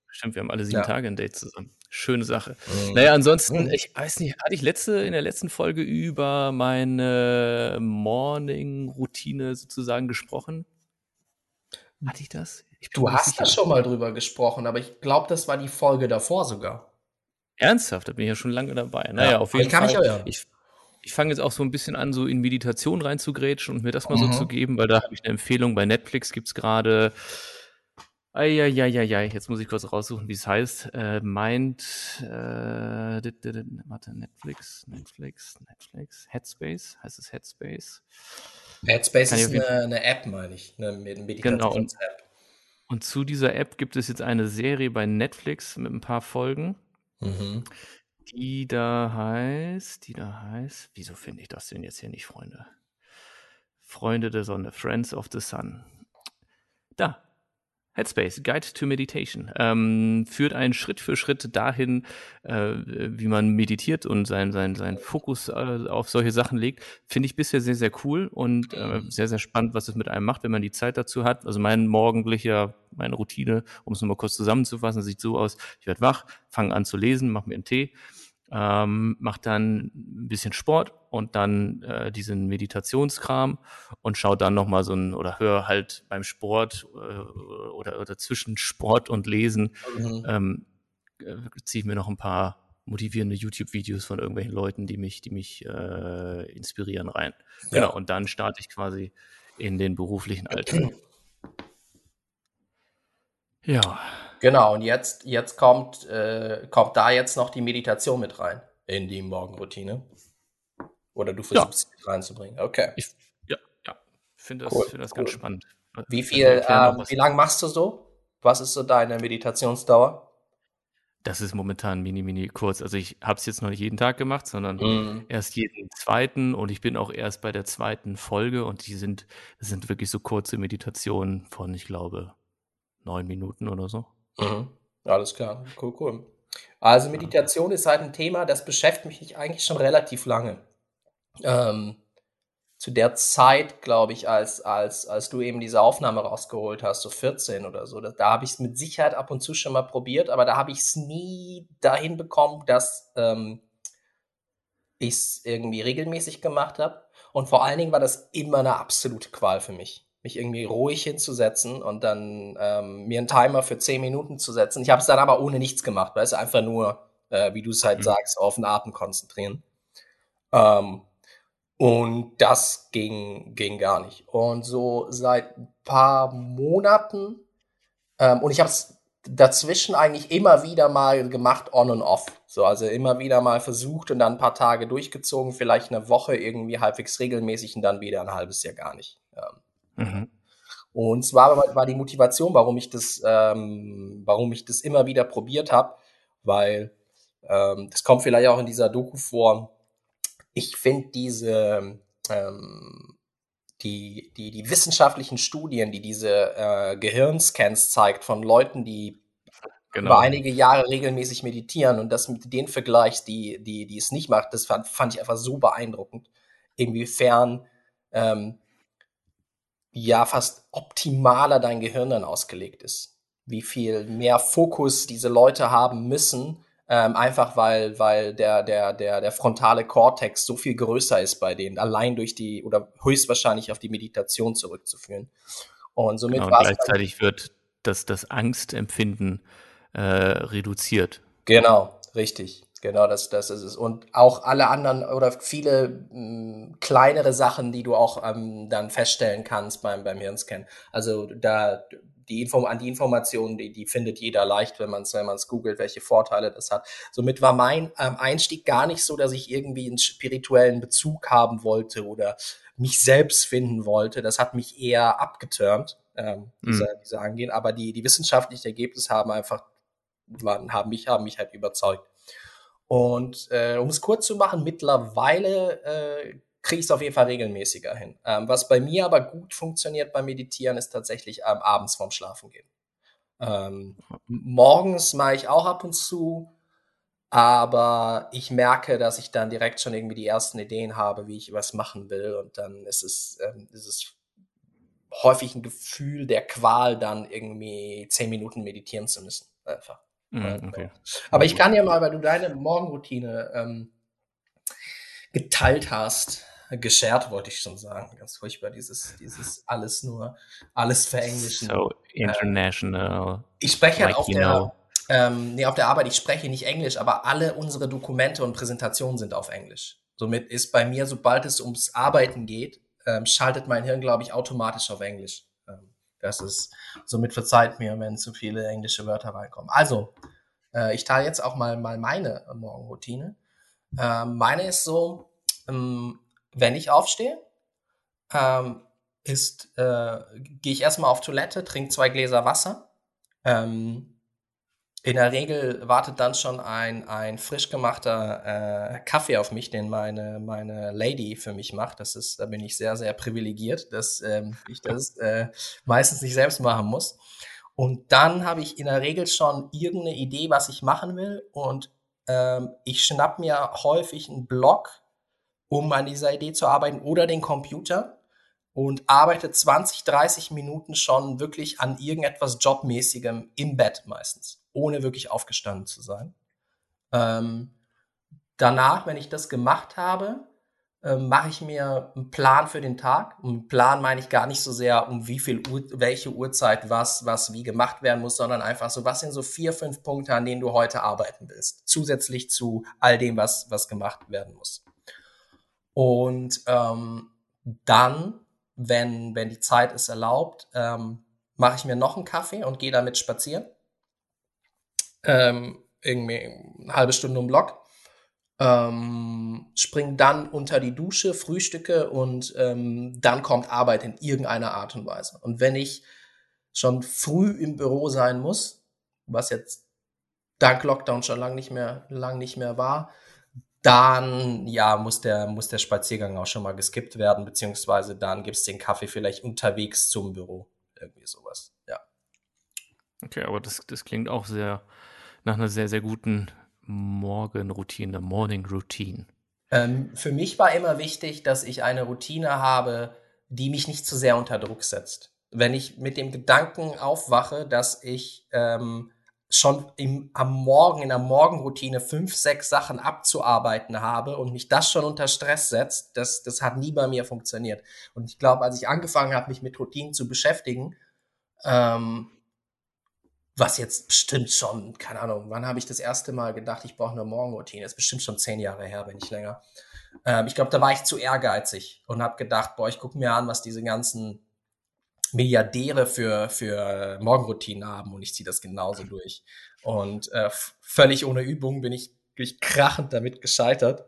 B: Stimmt, wir haben alle sieben
A: Ja.
B: Tage ein Date zusammen. Schöne Sache.
A: Mhm.
B: Naja, ansonsten,
A: Mhm.
B: ich weiß nicht, hatte ich letzte, in der letzten Folge über meine Morning-Routine sozusagen gesprochen? Hatte ich das? Ich bin
A: Du
B: mir nicht
A: hast da
B: sicher.
A: schon mal drüber gesprochen, aber ich glaube, das war die Folge davor sogar.
B: Ernsthaft, da bin ich ja schon lange dabei.
A: Ja,
B: Naja, auf
A: aber ich
B: jeden
A: kann mich
B: Fall.
A: erinnern.
B: Ich, ich fange jetzt auch so ein bisschen an, so in Meditation reinzugrätschen und mir das mal so zu
A: Mhm.
B: geben, weil da habe ich eine Empfehlung. Bei Netflix gibt's gerade, eieieiei, jetzt muss ich kurz raussuchen, wie es heißt. Äh, Mind, äh, dit, dit, dit, warte, Netflix, Netflix, Netflix, Headspace, heißt es Headspace?
A: Headspace
B: Kann ich
A: ist
B: auf jeden Fall,
A: eine, eine App, meine ich, eine Med-
B: genau. Und,
A: Meditations-App.
B: und zu dieser App gibt es jetzt eine Serie bei Netflix mit ein paar Folgen.
A: Mhm.
B: Die da heißt, die da heißt, wieso finde ich das denn jetzt hier nicht, Freunde? Freunde der Sonne, Friends of the Sun. Da, Headspace, Guide to Meditation, ähm, führt einen Schritt für Schritt dahin, äh, wie man meditiert und seinen sein, sein Fokus äh, auf solche Sachen legt. Finde ich bisher sehr, sehr cool und äh,
A: Mhm.
B: sehr, sehr spannend, was es mit einem macht, wenn man die Zeit dazu hat. Also mein morgendlicher, meine Routine, um es nochmal kurz zusammenzufassen, sieht so aus, ich werde wach, fange an zu lesen, mache mir einen Tee, ähm, mache dann ein bisschen Sport und dann äh, diesen Meditationskram und schaue dann nochmal so ein, oder höre halt beim Sport äh, oder, oder zwischen Sport und Lesen,
A: Mhm.
B: ähm, äh, ziehe ich mir noch ein paar motivierende YouTube-Videos von irgendwelchen Leuten, die mich, die mich äh, inspirieren rein. Genau,
A: Ja.
B: und dann starte ich quasi in den beruflichen Alltag. Ja,
A: Genau, und jetzt, jetzt kommt, äh, kommt da jetzt noch die Meditation mit rein in die Morgenroutine. Oder du
B: ja,
A: versuchst sie mit reinzubringen. Okay,
B: ich, ja, ja, finde das,
A: cool,
B: finde das ganz
A: cool.
B: spannend.
A: Wie
B: Vielleicht mal
A: viel,
B: erklären auch,
A: ähm,
B: was.
A: wie lang machst du so? Was ist so deine Meditationsdauer?
B: Das ist momentan mini, mini kurz. Also ich habe es jetzt noch nicht jeden Tag gemacht, sondern
A: Mhm.
B: erst jeden zweiten und ich bin auch erst bei der zweiten Folge und die sind, das sind wirklich so kurze Meditationen von, ich glaube, neun Minuten oder so.
A: Mhm. Alles klar, cool, cool. Also
B: Ja.
A: Meditation ist halt ein Thema, das beschäftigt mich eigentlich schon relativ lange. Ähm, zu der Zeit, glaube ich, als, als, als du eben diese Aufnahme rausgeholt hast, so vierzehn oder so, da, da habe ich es mit Sicherheit ab und zu schon mal probiert, aber da habe ich es nie dahin bekommen, dass ähm, ich es irgendwie regelmäßig gemacht habe. Und vor allen Dingen war das immer eine absolute Qual für mich, mich irgendwie ruhig hinzusetzen und dann ähm, mir einen Timer für zehn Minuten zu setzen. Ich habe es dann aber ohne nichts gemacht, weißt du, einfach nur, äh, wie du es halt
B: Mhm.
A: sagst, auf den Atem konzentrieren. Ähm, und das ging, ging gar nicht. Und so seit ein paar Monaten, ähm, und ich habe es dazwischen eigentlich immer wieder mal gemacht, on und off. So, also immer wieder mal versucht und dann ein paar Tage durchgezogen, vielleicht eine Woche irgendwie halbwegs regelmäßig und dann wieder ein halbes Jahr gar nicht. Ähm,
B: Mhm.
A: und zwar war, war die Motivation, warum ich das, ähm, warum ich das immer wieder probiert habe, weil ähm, das kommt vielleicht auch in dieser Doku vor. Ich finde diese ähm, die, die, die wissenschaftlichen Studien, die diese äh, Gehirnscans zeigt von Leuten, die über
B: Genau.
A: einige Jahre regelmäßig meditieren und das mit denen vergleichst, die, die, die es nicht macht, das fand, fand ich einfach so beeindruckend, inwiefern ähm, ja fast optimaler dein Gehirn dann ausgelegt ist. Wie viel mehr Fokus diese Leute haben müssen, ähm, einfach weil, weil der, der, der, der frontale Kortex so viel größer ist bei denen, allein durch die oder höchstwahrscheinlich auf die Meditation zurückzuführen. Und
B: Genau.
A: somit
B: Und
A: war es dann,
B: gleichzeitig wird das, das Angstempfinden äh, reduziert.
A: genau, richtig. Genau, das, das ist es. Und auch alle anderen oder viele mh, kleinere Sachen, die du auch ähm, dann feststellen kannst beim, beim Hirnscan. Also da die Info an die Informationen, die, die findet jeder leicht, wenn man es wenn man's googelt, welche Vorteile das hat. Somit war mein ähm, Einstieg gar nicht so, dass ich irgendwie einen spirituellen Bezug haben wollte oder mich selbst finden wollte. Das hat mich eher abgeturnt, ähm,
B: Mhm.
A: dieser, dieser Angehen. Aber die, die wissenschaftlichen Ergebnisse haben einfach waren, haben mich, haben mich halt überzeugt. Und äh, um es kurz zu machen, mittlerweile äh, kriege ich es auf jeden Fall regelmäßiger hin. Ähm, was bei mir aber gut funktioniert beim Meditieren, ist tatsächlich ähm, abends vorm Schlafengehen. Ähm, morgens mache ich auch ab und zu, aber ich merke, dass ich dann direkt schon irgendwie die ersten Ideen habe, wie ich was machen will. Und dann ist es, ähm, ist es häufig ein Gefühl der Qual, dann irgendwie zehn Minuten meditieren zu müssen. einfach.
B: Mhm,
A: Also.
B: okay.
A: Aber
B: Ja,
A: ich
B: gut.
A: kann ja mal, weil du deine Morgenroutine ähm, geteilt hast, geshared wollte ich schon sagen, ganz furchtbar, dieses, dieses alles nur, alles verenglischen.
B: So international,
A: Ich spreche halt
B: like
A: auf
B: you
A: der,
B: know.
A: ähm, nee, auf der Arbeit, ich spreche nicht Englisch, aber alle unsere Dokumente und Präsentationen sind auf Englisch. Somit ist bei mir, sobald es ums Arbeiten geht, ähm, schaltet mein Hirn, glaube ich, automatisch auf Englisch. Ähm, das ist, somit verzeiht mir, wenn zu viele englische Wörter reinkommen. Also, äh, ich teile jetzt auch mal, mal meine Morgenroutine. Ähm, meine ist so, ähm, wenn ich aufstehe, ähm, ist, äh, gehe ich erstmal auf Toilette, trinke zwei Gläser Wasser. Ähm, in der Regel wartet dann schon ein, ein frisch gemachter äh, Kaffee auf mich, den meine, meine Lady für mich macht. Das ist, da bin ich sehr, sehr privilegiert, dass ähm, ich das äh, meistens nicht selbst machen muss. Und dann habe ich in der Regel schon irgendeine Idee, was ich machen will. Und ähm, ich schnapp mir häufig einen Blog, um an dieser Idee zu arbeiten, oder den Computer und arbeite zwanzig, dreißig Minuten schon wirklich an irgendetwas Jobmäßigem im Bett meistens, ohne wirklich aufgestanden zu sein. Ähm, danach, wenn ich das gemacht habe, ähm, mache ich mir einen Plan für den Tag. Und Plan meine ich gar nicht so sehr, um wie viel Uhr, welche Uhrzeit was, was wie gemacht werden muss, sondern einfach so, was sind so vier, fünf Punkte, an denen du heute arbeiten willst, zusätzlich zu all dem, was, was gemacht werden muss. Und ähm, dann, wenn, wenn die Zeit es erlaubt, ähm, mache ich mir noch einen Kaffee und gehe damit spazieren. Ähm, irgendwie eine halbe Stunde im Block. Ähm, spring dann unter die Dusche, frühstücke und ähm, dann kommt Arbeit in irgendeiner Art und Weise. Und wenn ich schon früh im Büro sein muss, was jetzt dank Lockdown schon lang nicht mehr, lang nicht mehr war, dann ja, muss der, muss der Spaziergang auch schon mal geskippt werden, beziehungsweise dann gibt's den Kaffee vielleicht unterwegs zum Büro. Irgendwie sowas, ja.
B: Okay, aber das, das klingt auch sehr nach einer sehr, sehr guten Morgenroutine, Morning Routine.
A: Ähm, für mich war immer wichtig, dass ich eine Routine habe, die mich nicht zu sehr unter Druck setzt. Wenn ich mit dem Gedanken aufwache, dass ich ähm, schon im, am Morgen, in der Morgenroutine fünf, sechs Sachen abzuarbeiten habe und mich das schon unter Stress setzt, das, das hat nie bei mir funktioniert. Und ich glaube, als ich angefangen habe, mich mit Routinen zu beschäftigen, ähm, was jetzt bestimmt schon, keine Ahnung, wann habe ich das erste Mal gedacht, ich brauche eine Morgenroutine? Das ist bestimmt schon zehn Jahre her, wenn nicht länger. Ähm, ich glaube, da war ich zu ehrgeizig und habe gedacht, boah, ich gucke mir an, was diese ganzen Milliardäre für, für Morgenroutinen haben und ich ziehe das genauso durch. Und äh, völlig ohne Übung bin ich, bin ich krachend damit gescheitert.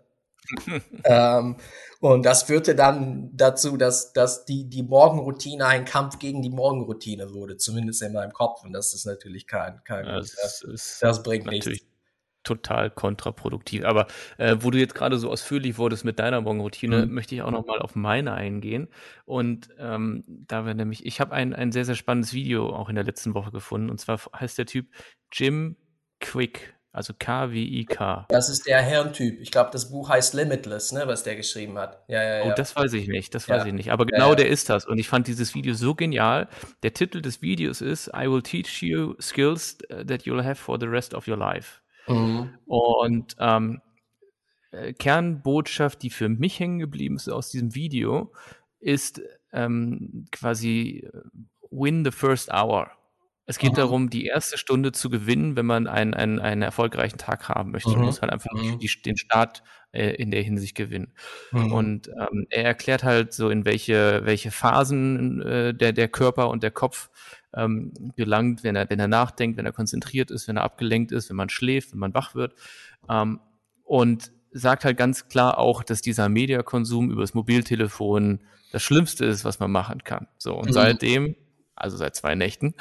A: ähm, und das führte dann dazu, dass, dass die, die Morgenroutine ein Kampf gegen die Morgenroutine wurde, zumindest in meinem Kopf. Und das ist natürlich kein, kein
B: Ja,
A: guter,
B: das ist
A: das bringt
B: natürlich
A: nichts.
B: total kontraproduktiv. Aber äh, wo du jetzt gerade so ausführlich wurdest mit deiner Morgenroutine,
A: Mhm.
B: möchte ich auch noch mal auf meine eingehen. Und ähm, da wir nämlich, ich habe ein, ein sehr, sehr spannendes Video auch in der letzten Woche gefunden. Und zwar heißt der Typ Jim Quick, also K W I K.
A: Das ist der Hirntyp. Ich glaube, das Buch heißt Limitless, ne, was der geschrieben hat. Ja, ja,
B: Oh,
A: ja.
B: das weiß ich nicht, das weiß
A: Ja,
B: ich nicht. Aber
A: ja,
B: genau
A: ja.
B: der ist das. Und ich fand dieses Video so genial. Der Titel des Videos ist I will teach you skills that you'll have for the rest of your life.
A: Mhm.
B: Und ähm, äh, Kernbotschaft, die für mich hängen geblieben ist aus diesem Video, ist ähm, quasi äh, win the first hour. Es geht
A: Mhm.
B: darum, die erste Stunde zu gewinnen, wenn man einen, einen, einen erfolgreichen Tag haben möchte. Du
A: Mhm.
B: musst halt einfach
A: Mhm.
B: die, die, den Start äh, in der Hinsicht gewinnen.
A: Mhm.
B: Und ähm, er erklärt halt so, in welche, welche Phasen äh, der, der Körper und der Kopf ähm, gelangt, wenn er, wenn er nachdenkt, wenn er konzentriert ist, wenn er abgelenkt ist, wenn man schläft, wenn man wach wird. Ähm, und sagt halt ganz klar auch, dass dieser Mediakonsum übers Mobiltelefon das Schlimmste ist, was man machen kann. So, und
A: Mhm.
B: seitdem, also seit zwei Nächten,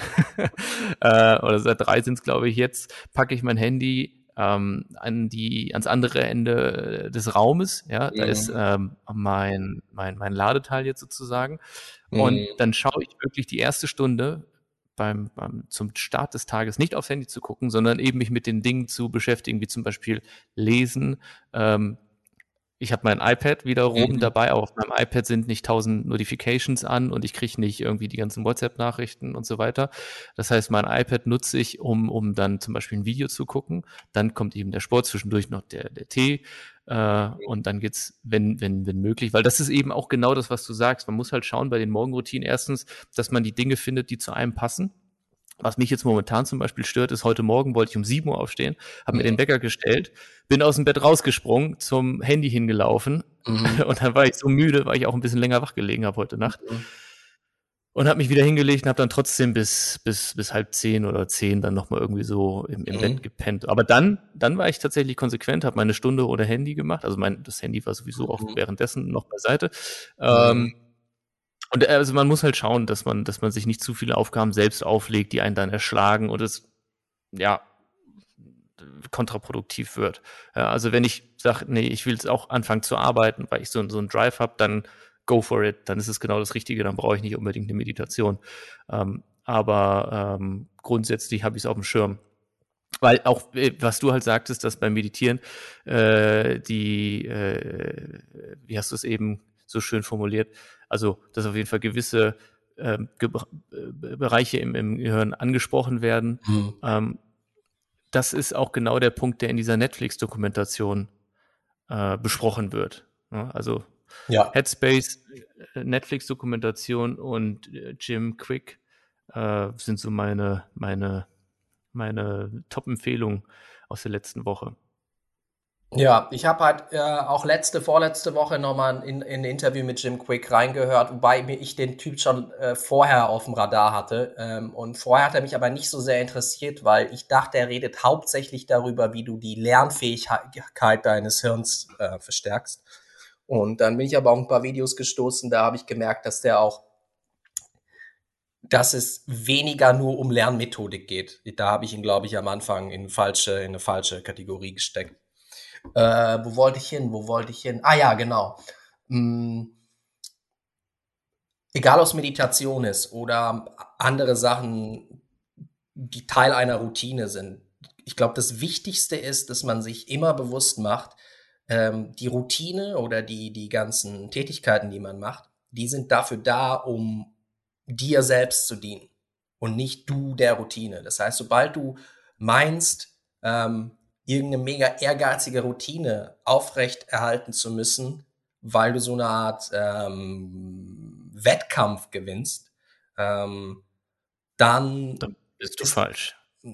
B: äh, oder seit drei sind es, glaube ich, jetzt, packe ich mein Handy ähm, an die, ans andere Ende des Raumes. Ja, da ist
A: Mhm.
B: ähm, mein, mein, mein Ladeteil jetzt sozusagen. Und
A: Mhm.
B: dann schaue ich wirklich die erste Stunde beim, beim, zum Start des Tages nicht aufs Handy zu gucken, sondern eben mich mit den Dingen zu beschäftigen, wie zum Beispiel Lesen, ähm, ich habe mein iPad wiederum
A: Mhm.
B: dabei, aber auf meinem iPad sind nicht tausend Notifications an und ich kriege nicht irgendwie die ganzen WhatsApp-Nachrichten und so weiter. Das heißt, mein iPad nutze ich, um, um dann zum Beispiel ein Video zu gucken. Dann kommt eben der Sport, zwischendurch noch der, der Tee. Äh, und dann geht's, wenn, wenn, wenn möglich, weil das ist eben auch genau das, was du sagst. Man muss halt schauen bei den Morgenroutinen erstens, dass man die Dinge findet, die zu einem passen. Was mich jetzt momentan zum Beispiel stört, ist, heute Morgen wollte ich um sieben Uhr aufstehen, habe mir den
A: Mhm.
B: Wecker gestellt, bin aus dem Bett rausgesprungen, zum Handy hingelaufen
A: Mhm.
B: und dann war ich so müde, weil ich auch ein bisschen länger wach gelegen habe heute Nacht
A: Mhm.
B: und habe mich wieder hingelegt und habe dann trotzdem bis bis bis halb zehn oder zehn dann noch mal irgendwie so im, im Bett
A: Mhm.
B: gepennt. Aber dann dann war ich tatsächlich konsequent, habe meine Stunde ohne Handy gemacht. Also mein das Handy war sowieso auch
A: Mhm.
B: währenddessen noch beiseite.
A: Mhm.
B: Ähm, und äh, also man muss halt schauen, dass man, dass man sich nicht zu viele Aufgaben selbst auflegt, die einen dann erschlagen und es ja kontraproduktiv wird. Ja, also wenn ich sage, nee, ich will jetzt auch anfangen zu arbeiten, weil ich so, so einen Drive habe, dann go for it, dann ist es genau das Richtige, dann brauche ich nicht unbedingt eine Meditation. Ähm, aber ähm, grundsätzlich habe ich es auf dem Schirm. Weil auch, äh, was du halt sagtest, dass beim Meditieren äh, die, äh, wie hast du es eben so schön formuliert, also dass auf jeden Fall gewisse ähm, Ge äh, Bereiche im, im Gehirn angesprochen werden.
A: Mhm.
B: Ähm, das ist auch genau der Punkt, der in dieser Netflix-Dokumentation äh, besprochen wird. Ja, also
A: Ja.
B: Headspace, äh, Netflix-Dokumentation und äh, Jim Quick äh, sind so meine, meine, meine Top-Empfehlungen aus der letzten Woche.
A: Ja, ich habe halt äh, auch letzte, vorletzte Woche nochmal in, in ein Interview mit Jim Quick reingehört, wobei mir ich den Typ schon äh, vorher auf dem Radar hatte. Ähm, und vorher hat er mich aber nicht so sehr interessiert, weil ich dachte, er redet hauptsächlich darüber, wie du die Lernfähigkeit deines Hirns äh, verstärkst. Und dann bin ich aber auf ein paar Videos gestoßen, da habe ich gemerkt, dass der auch, dass es weniger nur um Lernmethodik geht. Da habe ich ihn, glaube ich, am Anfang in, falsche, in eine falsche Kategorie gesteckt. Äh, wo wollte ich hin? Wo wollte ich hin? Ah ja, genau. Hm, egal ob es Meditation ist oder andere Sachen, die Teil einer Routine sind. Ich glaube, das Wichtigste ist, dass man sich immer bewusst macht, ähm, die Routine oder die, die ganzen Tätigkeiten, die man macht, die sind dafür da, um dir selbst zu dienen und nicht du der Routine. Das heißt, sobald du meinst, ähm, irgendeine mega ehrgeizige Routine aufrecht erhalten zu müssen, weil du so eine Art ähm, Wettkampf gewinnst, ähm, dann
B: Dann bist du
A: ist
B: falsch.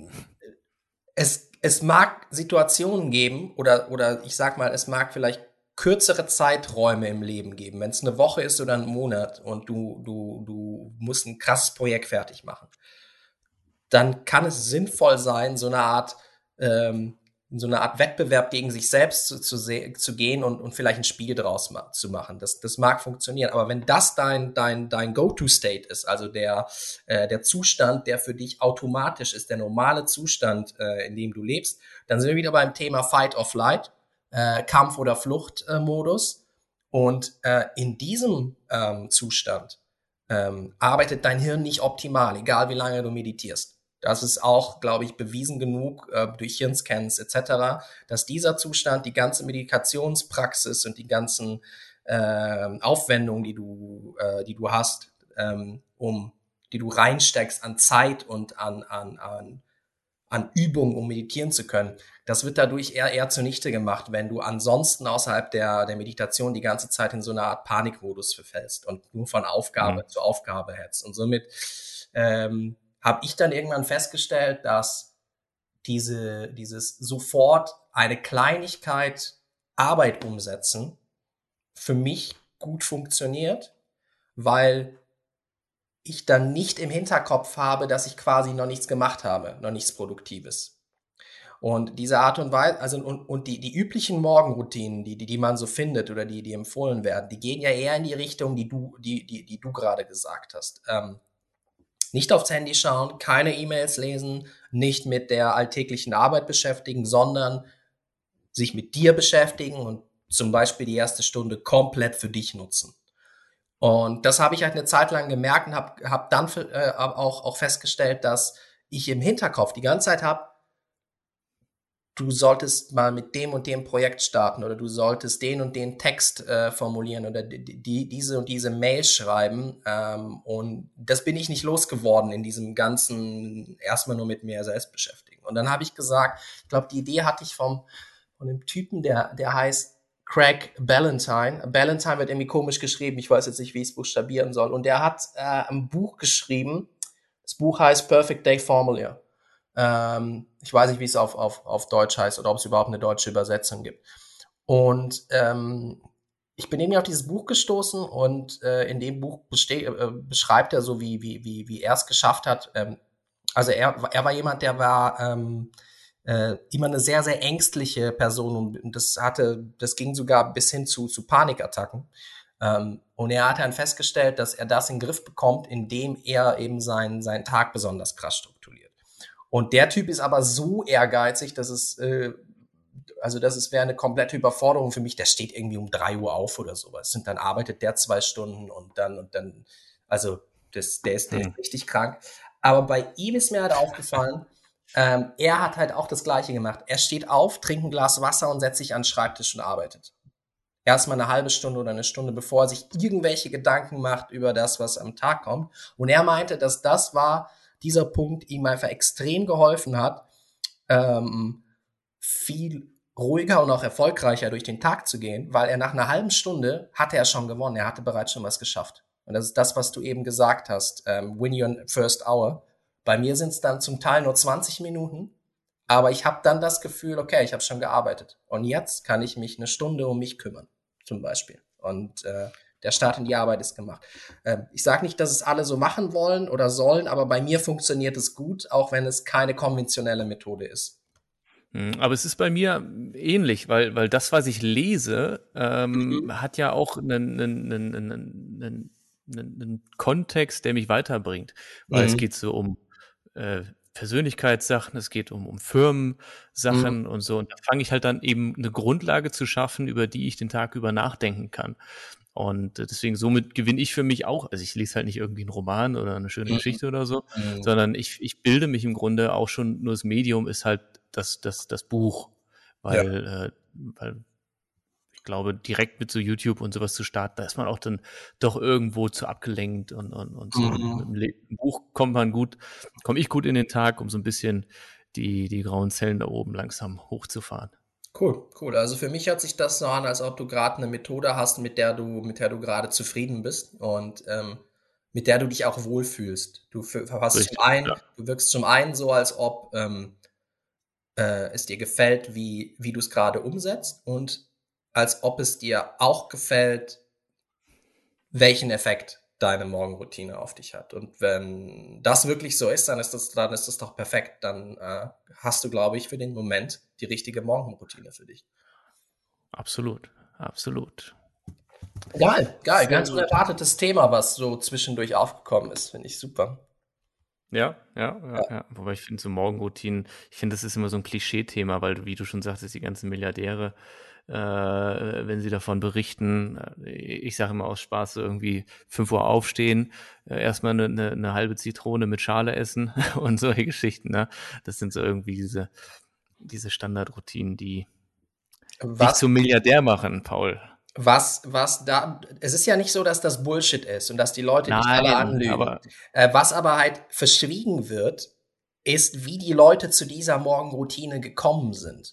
A: es, es mag Situationen geben oder, oder ich sag mal, es mag vielleicht kürzere Zeiträume im Leben geben, wenn es eine Woche ist oder ein Monat und du, du, du musst ein krasses Projekt fertig machen, dann kann es sinnvoll sein, so eine Art, ähm, so eine Art Wettbewerb gegen sich selbst zu, zu, zu gehen und, und vielleicht ein Spiel draus ma zu machen. Das, das mag funktionieren. Aber wenn das dein, dein, dein Go-To-State ist, also der, äh, der Zustand, der für dich automatisch ist, der normale Zustand, äh, in dem du lebst, dann sind wir wieder beim Thema Fight or Flight, äh, Kampf- oder Fluchtmodus. Und äh, in diesem ähm, Zustand ähm, arbeitet dein Hirn nicht optimal, egal wie lange du meditierst. Das ist auch, glaube ich, bewiesen genug äh, durch Hirnscans et cetera, dass dieser Zustand, die ganze Medikationspraxis und die ganzen äh, Aufwendungen, die du, äh, die du hast, ähm, um, die du reinsteckst an Zeit und an, an, an, an Übung, um meditieren zu können, das wird dadurch eher, eher zunichte gemacht, wenn du ansonsten außerhalb der, der Meditation die ganze Zeit in so eine Art Panikmodus verfällst und nur von
B: Mhm.
A: Aufgabe zu Aufgabe hetzt. Und somit ähm, habe ich dann irgendwann festgestellt, dass diese, dieses sofort eine Kleinigkeit Arbeit umsetzen für mich gut funktioniert, weil ich dann nicht im Hinterkopf habe, dass ich quasi noch nichts gemacht habe, noch nichts Produktives. Und diese Art und Weise, also und, und die, die üblichen Morgenroutinen, die, die, die man so findet oder die, die empfohlen werden, die gehen ja eher in die Richtung, die du, die, die, die du gerade gesagt hast. Ähm, nicht aufs Handy schauen, keine E-Mails lesen, nicht mit der alltäglichen Arbeit beschäftigen, sondern sich mit dir beschäftigen und zum Beispiel die erste Stunde komplett für dich nutzen. Und das habe ich halt eine Zeit lang gemerkt und habe hab dann äh, auch, auch festgestellt, dass ich im Hinterkopf die ganze Zeit habe, du solltest mal mit dem und dem Projekt starten oder du solltest den und den Text äh, formulieren oder die, die, diese und diese Mail schreiben. Ähm, und das bin ich nicht losgeworden in diesem ganzen erstmal nur mit mir selbst beschäftigen. Und dann habe ich gesagt, ich glaube, die Idee hatte ich vom, von einem Typen, der, der heißt Craig Ballantyne. Ballantyne wird irgendwie komisch geschrieben. Ich weiß jetzt nicht, wie ich es buchstabieren soll. Und der hat äh, ein Buch geschrieben. Das Buch heißt Perfect Day Formula. Ähm, ich weiß nicht, wie es auf, auf, auf Deutsch heißt oder ob es überhaupt eine deutsche Übersetzung gibt. Und ähm, ich bin irgendwie auf dieses Buch gestoßen und äh, in dem Buch beste- äh, beschreibt er so, wie, wie, wie, wie er es geschafft hat. Ähm, also er, er war jemand, der war ähm, äh, immer eine sehr, sehr ängstliche Person und das hatte, das ging sogar bis hin zu, zu Panikattacken. Ähm, und er hat dann festgestellt, dass er das in den Griff bekommt, indem er eben seinen, seinen Tag besonders krass strukturiert. Und der Typ ist aber so ehrgeizig, dass es, äh, also das ist wäre eine komplette Überforderung für mich. Der steht irgendwie um drei Uhr auf oder sowas. Und dann arbeitet der zwei Stunden und dann und dann, also das, der ist, der
B: Hm.
A: ist richtig krank. Aber bei ihm ist mir halt aufgefallen, ähm, er hat halt auch das Gleiche gemacht. Er steht auf, trinkt ein Glas Wasser und setzt sich an den Schreibtisch und arbeitet. Erstmal eine halbe Stunde oder eine Stunde, bevor er sich irgendwelche Gedanken macht über das, was am Tag kommt. Und er meinte, dass das war, dieser Punkt ihm einfach extrem geholfen hat, ähm, viel ruhiger und auch erfolgreicher durch den Tag zu gehen, weil er nach einer halben Stunde hatte er schon gewonnen, er hatte bereits schon was geschafft. Und das ist das, was du eben gesagt hast, ähm, win your first hour. Bei mir sind es dann zum Teil nur zwanzig Minuten, aber ich habe dann das Gefühl, okay, ich habe schon gearbeitet. Und jetzt kann ich mich eine Stunde um mich kümmern, zum Beispiel. Und äh, der Start in die Arbeit ist gemacht. Ähm, ich sage nicht, dass es alle so machen wollen oder sollen, aber bei mir funktioniert es gut, auch wenn es keine konventionelle Methode ist.
B: Hm, aber es ist bei mir ähnlich, weil, weil das, was ich lese, ähm,
A: Mhm.
B: hat ja auch einen, einen, einen, einen, einen, einen Kontext, der mich weiterbringt. Weil es
A: Mhm.
B: geht so um äh, Persönlichkeitssachen, es geht um, um
A: Mhm.
B: Firmensachen und so. Und da fange ich halt dann eben eine Grundlage zu schaffen, über die ich den Tag über nachdenken kann. Und äh, deswegen, somit gewinne ich für mich auch, also ich lese halt nicht irgendwie einen Roman oder eine schöne
A: Mhm.
B: Geschichte oder so,
A: Mhm.
B: sondern ich, ich bilde mich im Grunde auch schon, nur das Medium ist halt das, das, das Buch,
A: Ja.
B: weil, äh, weil ich glaube, direkt mit so YouTube und sowas zu starten, da ist man auch dann doch irgendwo zu abgelenkt und, und, und so. Und mit
A: Mhm.
B: dem Le- Buch kommt man gut, komme ich gut in den Tag, um so ein bisschen die, die grauen Zellen da oben langsam hochzufahren.
A: Cool, cool. Also für mich hört sich das so an, als ob du gerade eine Methode hast, mit der du, mit der du gerade zufrieden bist und ähm, mit der du dich auch wohlfühlst. Du fü- hast zum
B: Richtig,
A: einen,
B: ja.
A: du wirkst zum einen so, als ob ähm, äh, es dir gefällt, wie, wie du es gerade umsetzt und als ob es dir auch gefällt, welchen Effekt deine Morgenroutine auf dich hat. Und wenn das wirklich so ist, dann ist das, dann ist das doch perfekt. Dann äh, hast du, glaube ich, für den Moment die richtige Morgenroutine für dich.
B: Absolut, absolut.
A: Geil, geil,
B: Sehr
A: ganz
B: gut.
A: unerwartetes Thema, was so zwischendurch aufgekommen ist, finde ich super.
B: Ja, ja, ja,
A: Ja.
B: ja. Wobei ich finde, so Morgenroutinen, ich finde, das ist immer so ein Klischee-Thema, weil, wie du schon sagtest, die ganzen Milliardäre, äh, wenn sie davon berichten, äh, ich sage immer aus Spaß, so irgendwie fünf Uhr aufstehen, äh, erstmal eine, eine, eine halbe Zitrone mit Schale essen und solche Geschichten, ne? Das sind so irgendwie diese, diese Standardroutinen, die dich
A: Was,
B: zum Milliardär machen, Paul.
A: was, was da, es ist ja nicht so, dass das Bullshit ist und dass die Leute dich alle
B: Nein,
A: anlügen.
B: aber
A: Äh, was aber halt verschwiegen wird, ist, wie die Leute zu dieser Morgenroutine gekommen sind.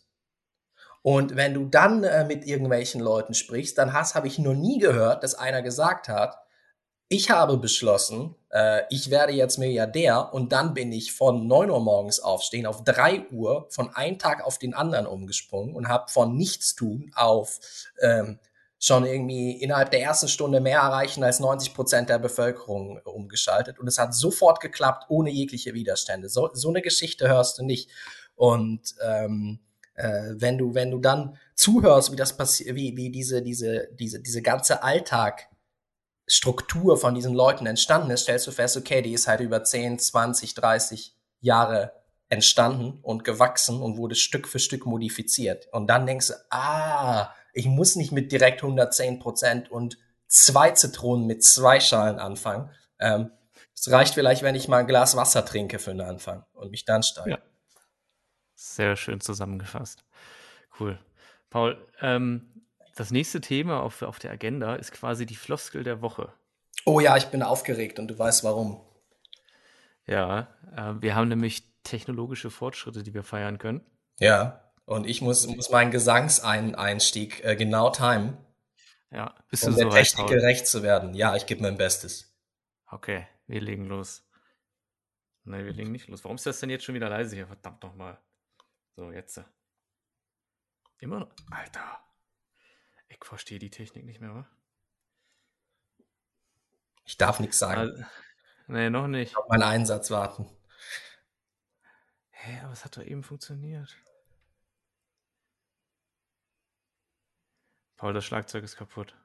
A: Und wenn du dann äh, mit irgendwelchen Leuten sprichst, dann hast, habe ich noch nie gehört, dass einer gesagt hat, ich habe beschlossen, äh, ich werde jetzt Milliardär und dann bin ich von neun Uhr morgens aufstehen auf drei Uhr von einem Tag auf den anderen umgesprungen und habe von Nichtstun auf ähm, schon irgendwie innerhalb der ersten Stunde mehr erreichen als neunzig Prozent der Bevölkerung umgeschaltet. Und es hat sofort geklappt, ohne jegliche Widerstände. So, so eine Geschichte hörst du nicht. Und ähm, äh, wenn du, wenn du dann zuhörst, wie das passiert, wie, wie diese, diese, diese, diese ganze Alltag Struktur von diesen Leuten entstanden ist, stellst du fest, okay, die ist halt über zehn, zwanzig, dreißig Jahre entstanden und gewachsen und wurde Stück für Stück modifiziert. Und dann denkst du, ah, ich muss nicht mit direkt hundertzehn Prozent und zwei Zitronen mit zwei Schalen anfangen. Ähm, es reicht vielleicht, wenn ich mal ein Glas Wasser trinke für den Anfang und mich dann
B: ja,
A: steigere.
B: Sehr schön zusammengefasst. Cool. Paul, ähm, das nächste Thema auf, auf der Agenda ist quasi die Floskel der Woche.
A: Oh ja, ich bin aufgeregt und du weißt warum.
B: Ja, äh, wir haben nämlich technologische Fortschritte, die wir feiern können.
A: Ja, und ich muss,
B: Und
A: muss meinen Gesangseinstieg äh, genau timen,
B: ja, bist du
A: um der
B: soweit,
A: Technik
B: Paul?
A: gerecht zu werden. Ja, ich gebe mein Bestes.
B: Okay, wir legen los. Nein, wir legen nicht los. Warum ist das denn jetzt schon wieder leise hier? Verdammt nochmal. So, jetzt. äh, Immer noch. Alter, ich verstehe die Technik nicht mehr, wa?
A: Ich darf nichts sagen.
B: Also, nee, noch nicht.
A: Auf meinen Einsatz warten.
B: Hä, aber es hat doch eben funktioniert. Paul, das Schlagzeug ist kaputt.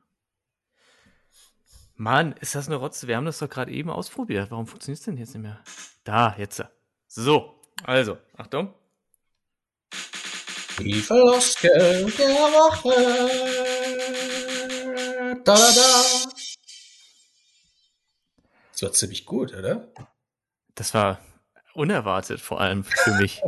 B: Mann, ist das eine Rotze? Wir haben das doch gerade eben ausprobiert. Warum funktioniert es denn jetzt nicht mehr? Da, jetzt. So, also, Achtung.
A: Die Floskel der Woche. Da, da, da. Das war ziemlich gut, oder?
B: Das war unerwartet, vor allem für mich.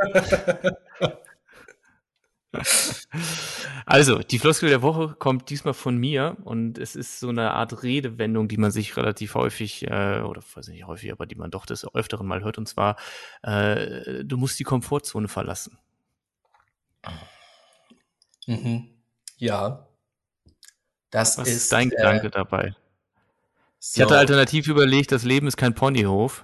B: Also, die Floskel der Woche kommt diesmal von mir und es ist so eine Art Redewendung, die man sich relativ häufig, äh, oder weiß nicht häufig, aber die man doch des Öfteren mal hört, und zwar, äh, du musst die Komfortzone verlassen.
A: Mhm. Ja, das
B: Was ist
A: ist
B: dein
A: äh,
B: Gedanke dabei? Ich hatte
A: so.
B: alternativ überlegt, das Leben ist kein Ponyhof,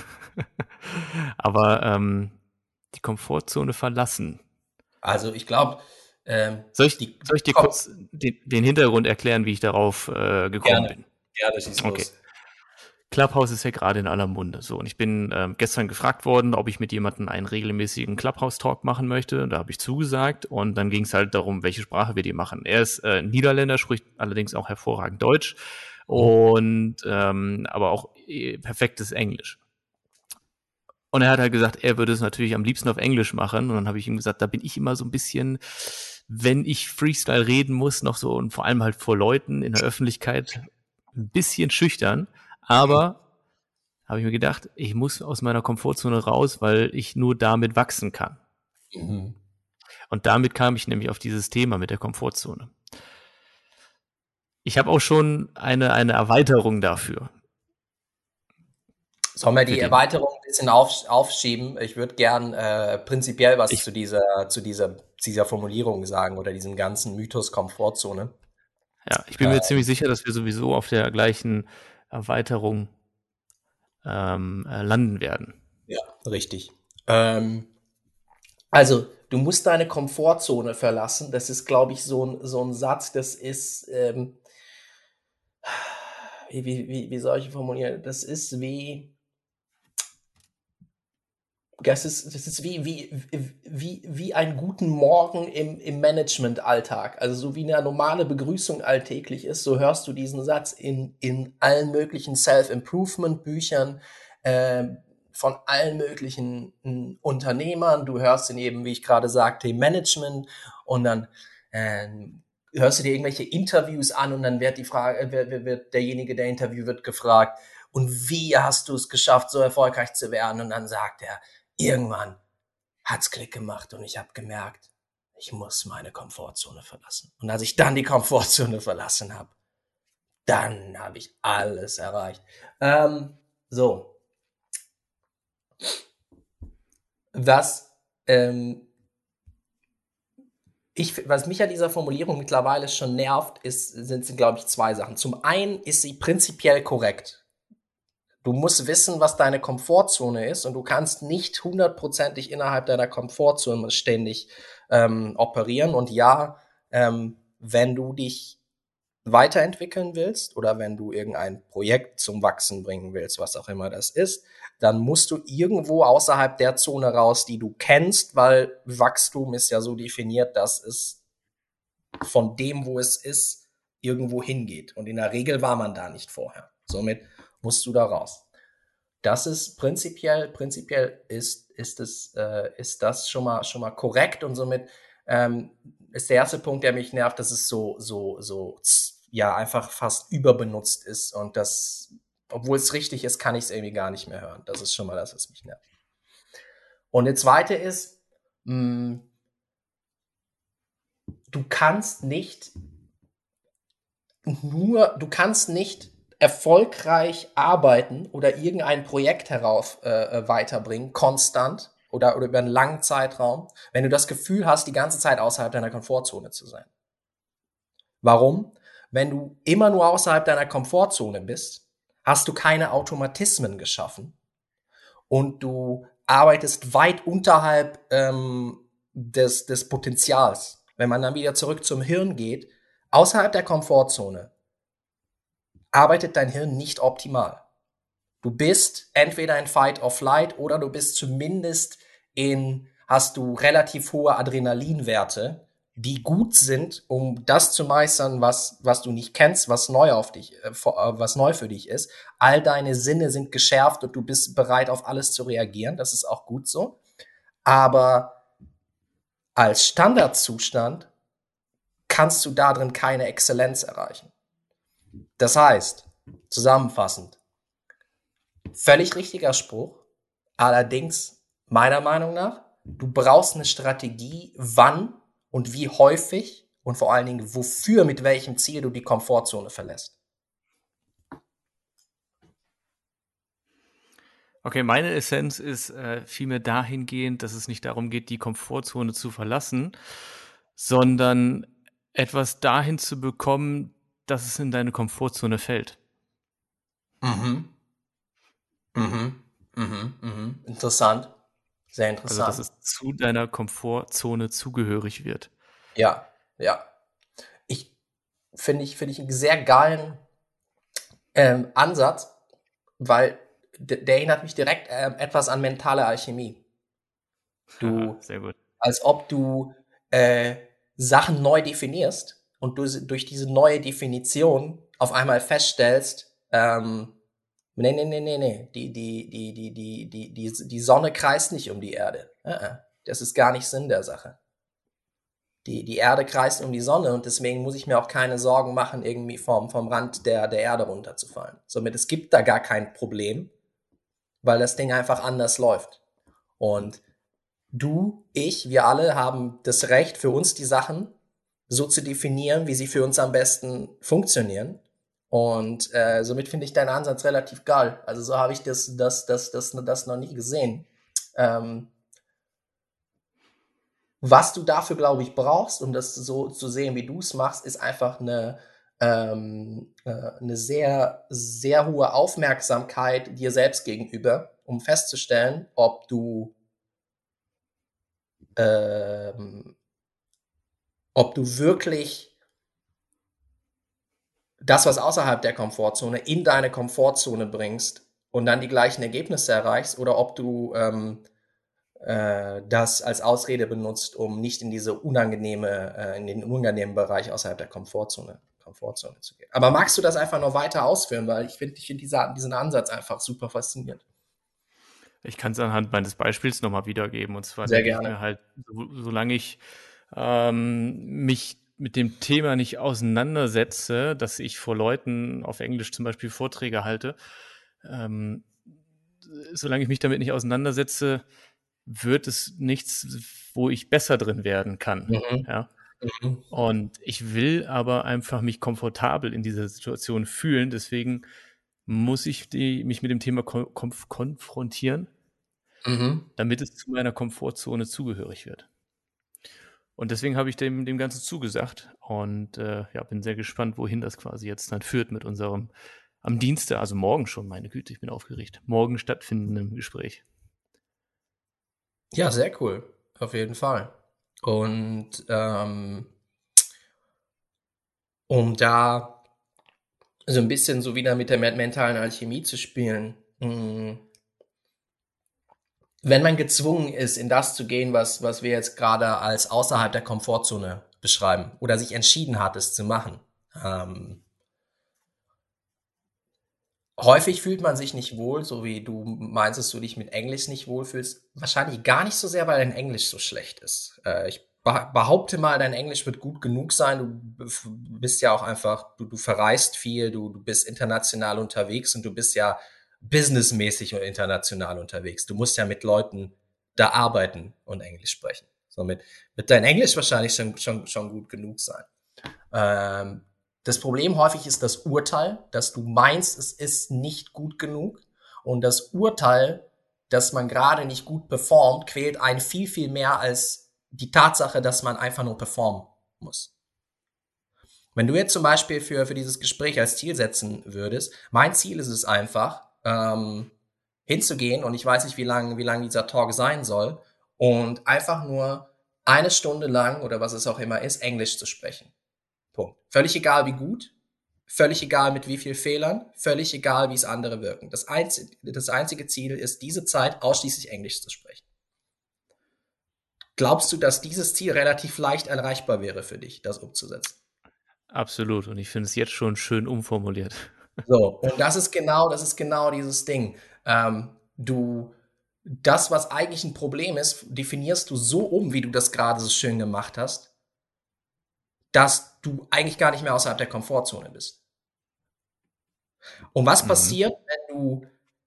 B: aber ähm, die Komfortzone verlassen.
A: Also ich glaube, ähm,
B: Soll ich,
A: die
B: soll ich dir
A: Kom
B: kurz den, den Hintergrund erklären, wie ich darauf äh, gekommen
A: gerne,
B: bin?
A: gerne schieß
B: Okay.
A: los.
B: Clubhouse ist ja gerade in aller Munde. So, und ich bin ähm, gestern gefragt worden, ob ich mit jemandem einen regelmäßigen Clubhouse-Talk machen möchte. Da habe ich zugesagt und dann ging es halt darum, welche Sprache wir die machen. Er ist äh, Niederländer, spricht allerdings auch hervorragend Deutsch
A: Mhm.
B: und ähm, aber auch äh, perfektes Englisch. Und er hat halt gesagt, er würde es natürlich am liebsten auf Englisch machen. Und dann habe ich ihm gesagt, da bin ich immer so ein bisschen, wenn ich Freestyle reden muss, noch so und vor allem halt vor Leuten in der Öffentlichkeit ein bisschen schüchtern. Aber habe ich mir gedacht, ich muss aus meiner Komfortzone raus, weil ich nur damit wachsen kann.
A: Mhm.
B: Und damit kam ich nämlich auf dieses Thema mit der Komfortzone. Ich habe auch schon eine, eine Erweiterung dafür,
A: Sollen wir
B: für
A: die
B: den.
A: Erweiterung ein bisschen auf, aufschieben? Ich würde gern äh, prinzipiell was
B: Ich,
A: zu dieser, zu dieser, dieser Formulierung sagen oder diesem ganzen Mythos Komfortzone.
B: ja, ich bin
A: Äh,
B: mir ziemlich sicher, dass wir sowieso auf der gleichen Erweiterung ähm, äh, landen werden.
A: ja, richtig. Ähm, also, du musst deine Komfortzone verlassen. Das ist, glaube ich, so ein, so ein Satz, das ist, ähm, wie, wie, wie wie soll ich formulieren? Das ist wie, das ist, das ist wie, wie, wie, wie einen guten Morgen im, im Management-Alltag. Also so wie eine normale Begrüßung alltäglich ist, so hörst du diesen Satz in, in allen möglichen Self-Improvement-Büchern äh, von allen möglichen äh, Unternehmern. Du hörst ihn eben, wie ich gerade sagte, im Management und dann äh, hörst du dir irgendwelche Interviews an und dann wird die Frage, wird, wird derjenige, der Interview wird gefragt, und wie hast du es geschafft, so erfolgreich zu werden? Und dann sagt er, irgendwann hat's Klick gemacht und ich habe gemerkt, ich muss meine Komfortzone verlassen. Und als ich dann die Komfortzone verlassen habe, dann habe ich alles erreicht. Ähm, so, was ähm, ich, was mich an dieser Formulierung mittlerweile schon nervt, ist, sind, sind glaube ich, zwei Sachen. Zum einen ist sie prinzipiell korrekt. Du musst wissen, was deine Komfortzone ist und du kannst nicht hundertprozentig innerhalb deiner Komfortzone ständig ähm, operieren. Und ja, ähm, wenn du dich weiterentwickeln willst oder wenn du irgendein Projekt zum Wachsen bringen willst, was auch immer das ist, dann musst du irgendwo außerhalb der Zone raus, die du kennst, weil Wachstum ist ja so definiert, dass es von dem, wo es ist, irgendwo hingeht. Und in der Regel war man da nicht vorher. Somit musst du da raus. Das ist prinzipiell, prinzipiell ist, ist, es, äh, ist das schon mal, schon mal korrekt und somit ähm, ist der erste Punkt, der mich nervt, dass es so, so, so, ja, einfach fast überbenutzt ist und das, obwohl es richtig ist, kann ich es irgendwie gar nicht mehr hören. Das ist schon mal das, was mich nervt. Und der zweite ist, mh, du kannst nicht nur, du kannst nicht erfolgreich arbeiten oder irgendein Projekt herauf äh, weiterbringen, konstant oder, oder über einen langen Zeitraum, wenn du das Gefühl hast, die ganze Zeit außerhalb deiner Komfortzone zu sein. Warum? Wenn du immer nur außerhalb deiner Komfortzone bist, hast du keine Automatismen geschaffen und du arbeitest weit unterhalb ähm, des, des Potenzials. Wenn man dann wieder zurück zum Hirn geht, außerhalb der Komfortzone arbeitet dein Hirn nicht optimal. Du bist entweder in Fight or Flight oder du bist zumindest in, hast du relativ hohe Adrenalinwerte, die gut sind, um das zu meistern, was, was du nicht kennst, was neu auf dich, äh, was neu für dich ist. All deine Sinne sind geschärft und du bist bereit, auf alles zu reagieren. Das ist auch gut so. Aber als Standardzustand kannst du darin keine Exzellenz erreichen. Das heißt, zusammenfassend, völlig richtiger Spruch. Allerdings, meiner Meinung nach, du brauchst eine Strategie, wann und wie häufig und vor allen Dingen wofür, mit welchem Ziel du die Komfortzone verlässt.
B: Okay, meine Essenz ist äh, vielmehr dahingehend, dass es nicht darum geht, die Komfortzone zu verlassen, sondern etwas dahin zu bekommen, dass es in deine Komfortzone fällt.
A: Mhm. Mhm. Mhm. Mhm. Interessant. Sehr
B: Also, dass
A: interessant.
B: es zu deiner Komfortzone zugehörig wird.
A: Ja, ja. Ich finde ich, finde ich einen sehr geilen ähm, Ansatz, weil d- der erinnert mich direkt ähm, etwas an mentale Alchemie.
B: Haha,
A: Du,
B: sehr gut.
A: als ob du äh, Sachen neu definierst und du durch diese neue Definition auf einmal feststellst, ähm, nee, nee, nee, nee, nee, die, die, die, die, die, die, die, die Sonne kreist nicht um die Erde. Äh, äh. Das ist gar nicht Sinn der Sache. Die, die Erde kreist um die Sonne und deswegen muss ich mir auch keine Sorgen machen, irgendwie vom, vom Rand der, der Erde runterzufallen. Somit, es gibt da gar kein Problem, weil das Ding einfach anders läuft. Und du, ich, wir alle haben das Recht, für uns die Sachen so zu definieren, wie sie für uns am besten funktionieren. Und äh, somit finde ich deinen Ansatz relativ geil. Also so habe ich das, das, das, das, das noch nie gesehen. Ähm, was du dafür, glaube ich, brauchst, um das so zu sehen, wie du es machst, ist einfach eine, ähm, äh, eine sehr, sehr hohe Aufmerksamkeit dir selbst gegenüber, um festzustellen, ob du ähm, ob du wirklich das, was außerhalb der Komfortzone, in deine Komfortzone bringst und dann die gleichen Ergebnisse erreichst, oder ob du ähm, äh, das als Ausrede benutzt, um nicht in diese unangenehme, äh, in den unangenehmen Bereich außerhalb der Komfortzone, Komfortzone zu gehen. Aber magst du das einfach noch weiter ausführen, weil ich finde, ich finde dieser, diesen Ansatz einfach super faszinierend.
B: Ich kann es anhand meines Beispiels nochmal wiedergeben. Und zwar
A: Sehr
B: denke ich
A: gerne.
B: mir halt, so, solange ich ähm, mich mit dem Thema nicht auseinandersetze, dass ich vor Leuten auf Englisch zum Beispiel Vorträge halte, ähm, solange ich mich damit nicht auseinandersetze, wird es nichts, wo ich besser drin werden kann.
A: Mhm.
B: Ja.
A: Mhm.
B: Und ich will aber einfach mich komfortabel in dieser Situation fühlen. Deswegen muss ich die, mich mit dem Thema kon konf konfrontieren,
A: Mhm.
B: damit es zu meiner Komfortzone zugehörig wird. Und deswegen habe ich dem, dem Ganzen zugesagt und äh, ja, bin sehr gespannt, wohin das quasi jetzt dann führt mit unserem am Dienstag, also morgen schon, meine Güte, ich bin aufgeregt, morgen stattfindenden Gespräch.
A: Ja, sehr cool. Auf jeden Fall. Und ähm, um da so ein bisschen so wieder mit der mentalen Alchemie zu spielen. Mm, wenn man gezwungen ist, in das zu gehen, was, was wir jetzt gerade als außerhalb der Komfortzone beschreiben oder sich entschieden hat, es zu machen. Ähm, häufig fühlt man sich nicht wohl, so wie du meinst, dass du dich mit Englisch nicht wohlfühlst. Wahrscheinlich gar nicht so sehr, weil dein Englisch so schlecht ist. Äh, ich behaupte mal, dein Englisch wird gut genug sein. Du bist ja auch einfach, du, du verreist viel, du, du bist international unterwegs und du bist ja businessmäßig und international unterwegs. Du musst ja mit Leuten da arbeiten und Englisch sprechen. Somit wird dein Englisch wahrscheinlich schon, schon, schon gut genug sein. Ähm, das Problem häufig ist das Urteil, dass du meinst, es ist nicht gut genug. Und das Urteil, dass man gerade nicht gut performt, quält einen viel, viel mehr als die Tatsache, dass man einfach nur performen muss. Wenn du jetzt zum Beispiel für, für dieses Gespräch als Ziel setzen würdest, mein Ziel ist es einfach, ähm, hinzugehen, und ich weiß nicht, wie lang, wie lang dieser Talk sein soll, und einfach nur eine Stunde lang oder was es auch immer ist, Englisch zu sprechen. Punkt. Völlig egal, wie gut, völlig egal, mit wie viel Fehlern, völlig egal, wie es andere wirken. Das einzige, das einzige Ziel ist, diese Zeit ausschließlich Englisch zu sprechen. Glaubst du, dass dieses Ziel relativ leicht erreichbar wäre für dich, das umzusetzen?
B: Absolut. Und ich finde es jetzt schon schön umformuliert.
A: So, und das ist genau, das ist genau dieses Ding. Ähm, du, das, was eigentlich ein Problem ist, definierst du so um, wie du das gerade so schön gemacht hast, dass du eigentlich gar nicht mehr außerhalb der Komfortzone bist. Und was
B: Mhm.
A: passiert, wenn du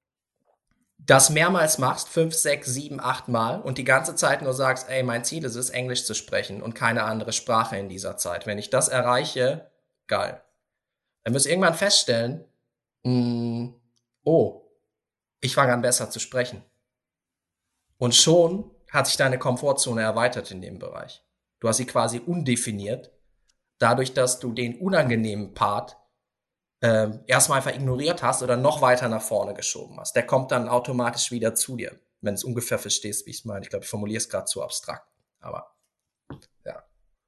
A: das mehrmals machst, fünf, sechs, sieben, acht Mal, und die ganze Zeit nur sagst, ey, mein Ziel ist es, Englisch zu sprechen und keine andere Sprache in dieser Zeit. Wenn ich das erreiche, geil. Dann wirst du irgendwann feststellen, mh, oh, ich fange an besser zu sprechen. Und schon hat sich deine Komfortzone erweitert in dem Bereich. Du hast sie quasi undefiniert, dadurch, dass du den unangenehmen Part äh, erstmal einfach ignoriert hast oder noch weiter nach vorne geschoben hast. Der kommt dann automatisch wieder zu dir, wenn du ungefähr verstehst, wie ich es meine. Ich glaube, ich formuliere es gerade zu abstrakt. Aber ja,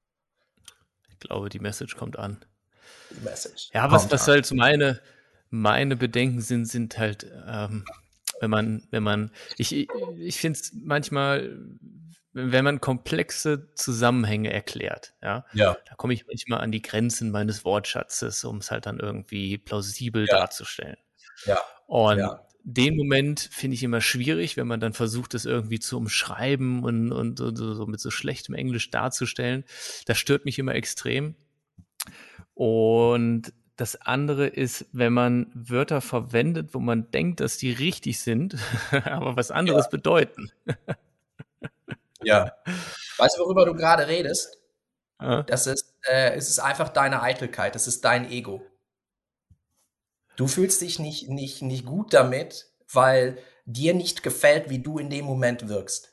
B: Ich glaube, die Message kommt an.
A: die Message
B: Ja, was,
A: kommt
B: was
A: an.
B: halt so meine, meine Bedenken sind, sind halt, ähm, wenn man, wenn man, ich, ich finde es manchmal, wenn man komplexe Zusammenhänge erklärt, ja,
A: Ja,
B: da komme ich manchmal an die Grenzen meines Wortschatzes, um es halt dann irgendwie plausibel
A: ja,
B: darzustellen.
A: ja,
B: Und
A: ja,
B: den Moment finde ich immer schwierig, wenn man dann versucht, das irgendwie zu umschreiben und, und, und so, so mit so schlechtem Englisch darzustellen. Das stört mich immer extrem. Und das andere ist, wenn man Wörter verwendet, wo man denkt, dass die richtig sind, aber was anderes
A: ja,
B: bedeuten.
A: ja. Weißt du, worüber du gerade redest?
B: Ja,
A: Das ist, äh, es ist einfach deine Eitelkeit, das ist dein Ego. Du fühlst dich nicht, nicht, nicht gut damit, weil dir nicht gefällt, wie du in dem Moment wirkst.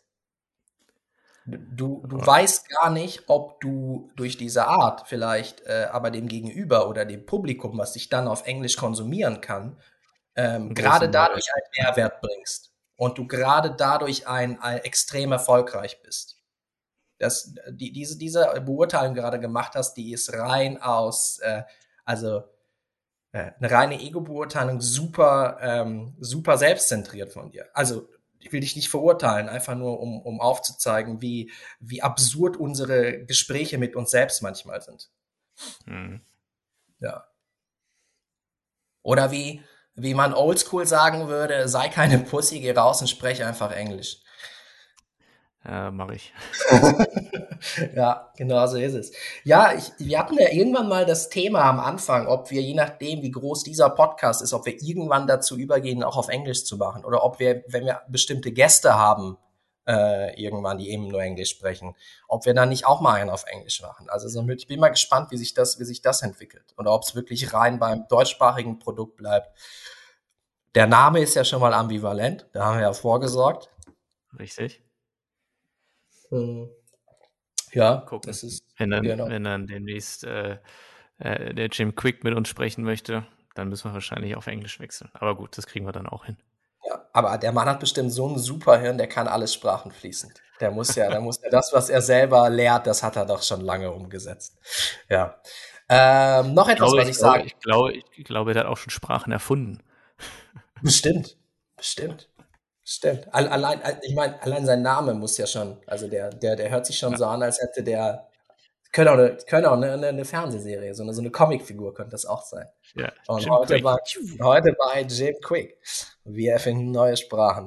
A: Du, du weißt gar nicht, ob du durch diese Art vielleicht äh, aber dem Gegenüber oder dem Publikum, was dich dann auf Englisch konsumieren kann, ähm,
B: einen
A: gerade
B: großen Mehrwert.
A: dadurch einen Mehrwert bringst und du gerade dadurch ein, ein extrem erfolgreich bist. Das, die, diese, diese Beurteilung gerade gemacht hast, die ist rein aus, äh, also äh, eine reine Ego-Beurteilung, super, ähm, super selbstzentriert von dir. Also ich will dich nicht verurteilen, einfach nur um, um aufzuzeigen, wie, wie absurd unsere Gespräche mit uns selbst manchmal sind.
B: Hm.
A: Ja. Oder wie, wie man oldschool sagen würde, sei keine Pussy, geh raus und spreche einfach Englisch.
B: Ja, mache ich.
A: Ja, genau so ist es. Ja, ich, wir hatten ja irgendwann mal das Thema am Anfang, ob wir, je nachdem, wie groß dieser Podcast ist, ob wir irgendwann dazu übergehen, auch auf Englisch zu machen. Oder ob wir, wenn wir bestimmte Gäste haben, äh, irgendwann, die eben nur Englisch sprechen, ob wir dann nicht auch mal einen auf Englisch machen. Also somit, ich bin mal gespannt, wie sich das, wie sich das entwickelt. Oder ob es wirklich rein beim deutschsprachigen Produkt bleibt. Der Name ist ja schon mal ambivalent, da haben wir ja vorgesorgt.
B: Richtig.
A: Hm. Ja,
B: Gucken.
A: das ist,
B: Wenn dann,
A: genau.
B: wenn dann demnächst äh, äh, der Jim Quick mit uns sprechen möchte, dann müssen wir wahrscheinlich auf Englisch wechseln. Aber gut, das kriegen wir dann auch hin.
A: Ja, aber der Mann hat bestimmt so ein Superhirn, der kann alle Sprachen fließend. Der muss ja, der muss ja das, was er selber lehrt, das hat er doch schon lange umgesetzt. Ja. Ähm, noch
B: Ich
A: etwas,
B: glaube,
A: was
B: ich
A: ich
B: glaube,
A: sagen
B: ich glaube, ich glaube, der hat auch schon Sprachen erfunden.
A: bestimmt, bestimmt, bestimmt. Al- Allein, al- ich meine, allein sein Name muss ja schon, also der, der, der hört sich schon
B: Ja,
A: so an, als hätte der, könnte auch eine, könnte auch eine, eine, eine Fernsehserie, so eine, so eine Comicfigur könnte das auch sein.
B: ja.
A: Und
B: Jim
A: heute
B: Quick.
A: bei, heute bei Jim Quick. Wir erfinden neue Sprachen.